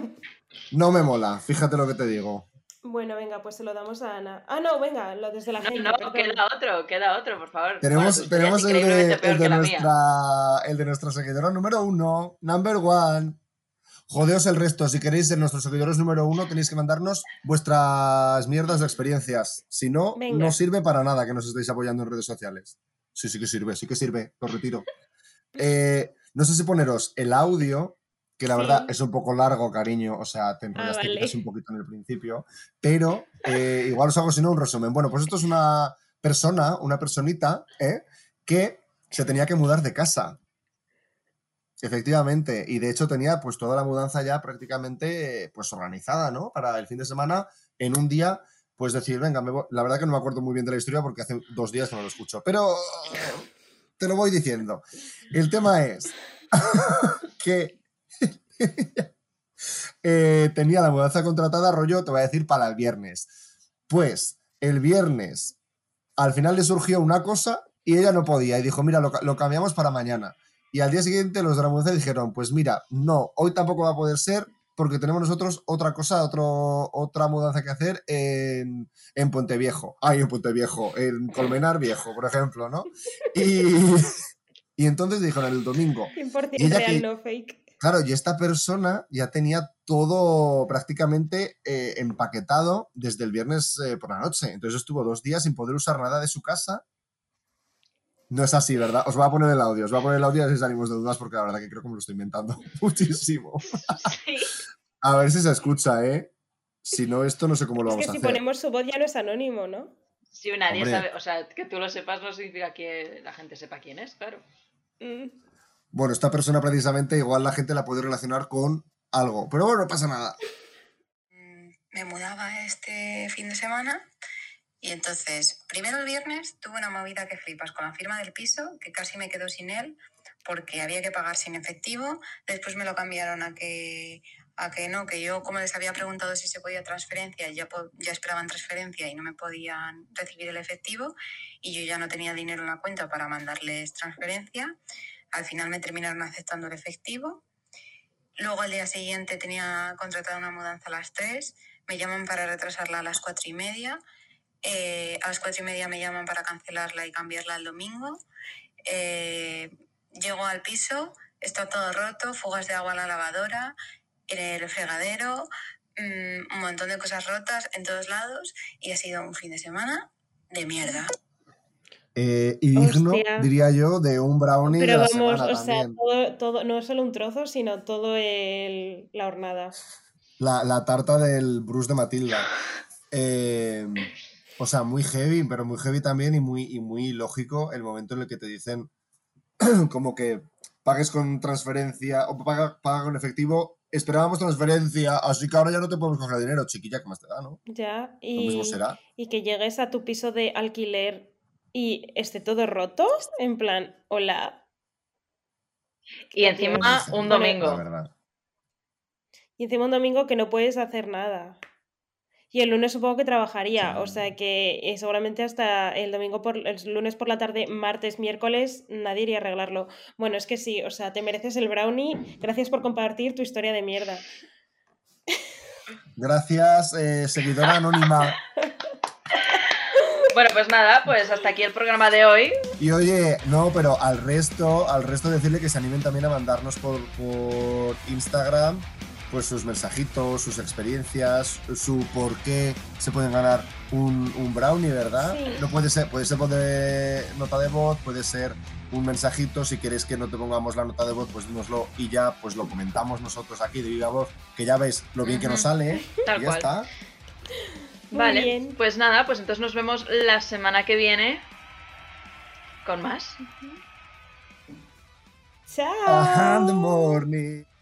no me mola. Fíjate lo que te digo. Bueno, venga, pues se lo damos a Ana. Ah, no, venga, lo desde la No, gente, no, perdón. queda otro, queda otro, por favor. Tenemos, Bueno, tu historia tenemos es el, de, increíblemente peor el, de que la nuestra, mía. el de nuestra seguidora número uno, number one. Jodeos el resto. Si queréis ser nuestros seguidores número uno, tenéis que mandarnos vuestras mierdas de experiencias. Si no, Venga. no sirve para nada que nos estéis apoyando en redes sociales. Sí, sí que sirve, sí que sirve. Lo retiro. Eh, no sé si poneros el audio, que la Sí. verdad es un poco largo, cariño. O sea, te Ah, enrollaste vale. quizás un poquito en el principio. Pero eh, igual os hago, si no, un resumen. Bueno, pues esto es una persona, una personita, ¿eh? que se tenía que mudar de casa. Efectivamente, y de hecho tenía pues toda la mudanza ya prácticamente pues organizada, ¿no? Para el fin de semana, en un día, pues decir, venga, me voy. La verdad que no me acuerdo muy bien de la historia porque hace dos días que no lo escucho, pero te lo voy diciendo. El tema es que eh, tenía la mudanza contratada, rollo, te voy a decir, para el viernes. Pues el viernes al final le surgió una cosa y ella no podía y dijo, mira, lo, lo cambiamos para mañana. Y al día siguiente los de la mudanza dijeron, pues mira, no, hoy tampoco va a poder ser porque tenemos nosotros otra cosa, otro, otra mudanza que hacer en, en Puente Viejo. Ay, en Puente Viejo, en Colmenar Viejo, por ejemplo, ¿no? Y, y entonces dijeron el domingo. cien por ciento Y ella real, que, no fake. claro, y esta persona ya tenía todo prácticamente eh, empaquetado desde el viernes eh, por la noche. Entonces estuvo dos días sin poder usar nada de su casa. No es así, ¿verdad? Os voy a poner el audio, os voy a poner el audio a ver si salimos de dudas porque la verdad que creo que me lo estoy inventando muchísimo. Sí. A ver si se escucha, ¿eh? Si no, esto no sé cómo lo Es vamos que a si hacer. ponemos su voz ya no es anónimo, ¿no? Sí, nadie Hombre. sabe, o sea, que tú lo sepas no significa que la gente sepa quién es, claro. Mm. Bueno, esta persona precisamente igual la gente la puede relacionar con algo. Pero bueno, no pasa nada. me mudaba este fin de semana y entonces, primero el viernes tuve una movida que flipas con la firma del piso, que casi me quedo sin él porque había que pagar sin efectivo. Después me lo cambiaron a que, a que no, que yo como les había preguntado si se podía transferencia, ya, po- ya esperaban transferencia y no me podían recibir el efectivo y yo ya no tenía dinero en la cuenta para mandarles transferencia. Al final me terminaron aceptando el efectivo. Luego al día siguiente tenía contratada una mudanza a las tres, me llaman para retrasarla a las cuatro y media, eh, a las cuatro y media me llaman para cancelarla y cambiarla al domingo. Eh, llego al piso, está todo roto, fugas de agua en la lavadora, en el fregadero, mmm, un montón de cosas rotas en todos lados y ha sido un fin de semana de mierda. Eh, y digno, Hostia. diría yo, de un brownie Pero de la vamos, semana o sea, también. todo, todo, no es solo un trozo, sino todo el, la hornada. La, la tarta del Bruce de Matilda. Eh, o sea, muy heavy, pero muy heavy también y muy, y muy lógico el momento en el que te dicen como que pagues con transferencia o paga, paga con efectivo. Esperábamos transferencia, así que ahora ya no te podemos coger dinero, chiquilla, ¿qué más te da, no? Ya, Lo mismo y, será. y que llegues a tu piso de alquiler y esté todo roto, en plan, hola. Y Qué encima Dios. un Bueno, La domingo. verdad. y encima un domingo que no puedes hacer nada. Y el lunes supongo que trabajaría, Sí. o sea que eh, seguramente hasta el domingo por el lunes por la tarde, martes, miércoles, nadie iría a arreglarlo. Bueno, es que sí, o sea, te mereces el brownie. Gracias por compartir tu historia de mierda. Gracias, eh, seguidora anónima. Bueno, pues nada, pues hasta aquí el programa de hoy. Y oye, no, pero al resto, al resto decirle que se animen también a mandarnos por, por Instagram pues sus mensajitos, sus experiencias, su por qué se pueden ganar un, un brownie, ¿verdad? Sí. No puede ser, puede ser de nota de voz, puede ser un mensajito. Si queréis que no te pongamos la nota de voz, pues dínoslo y ya pues lo comentamos nosotros aquí de viva voz, que ya veis lo bien que nos sale. Tal y ya cual. está. Muy Vale, bien. pues nada, pues entonces nos vemos la semana que viene con más. Chao. Ajá, the morning.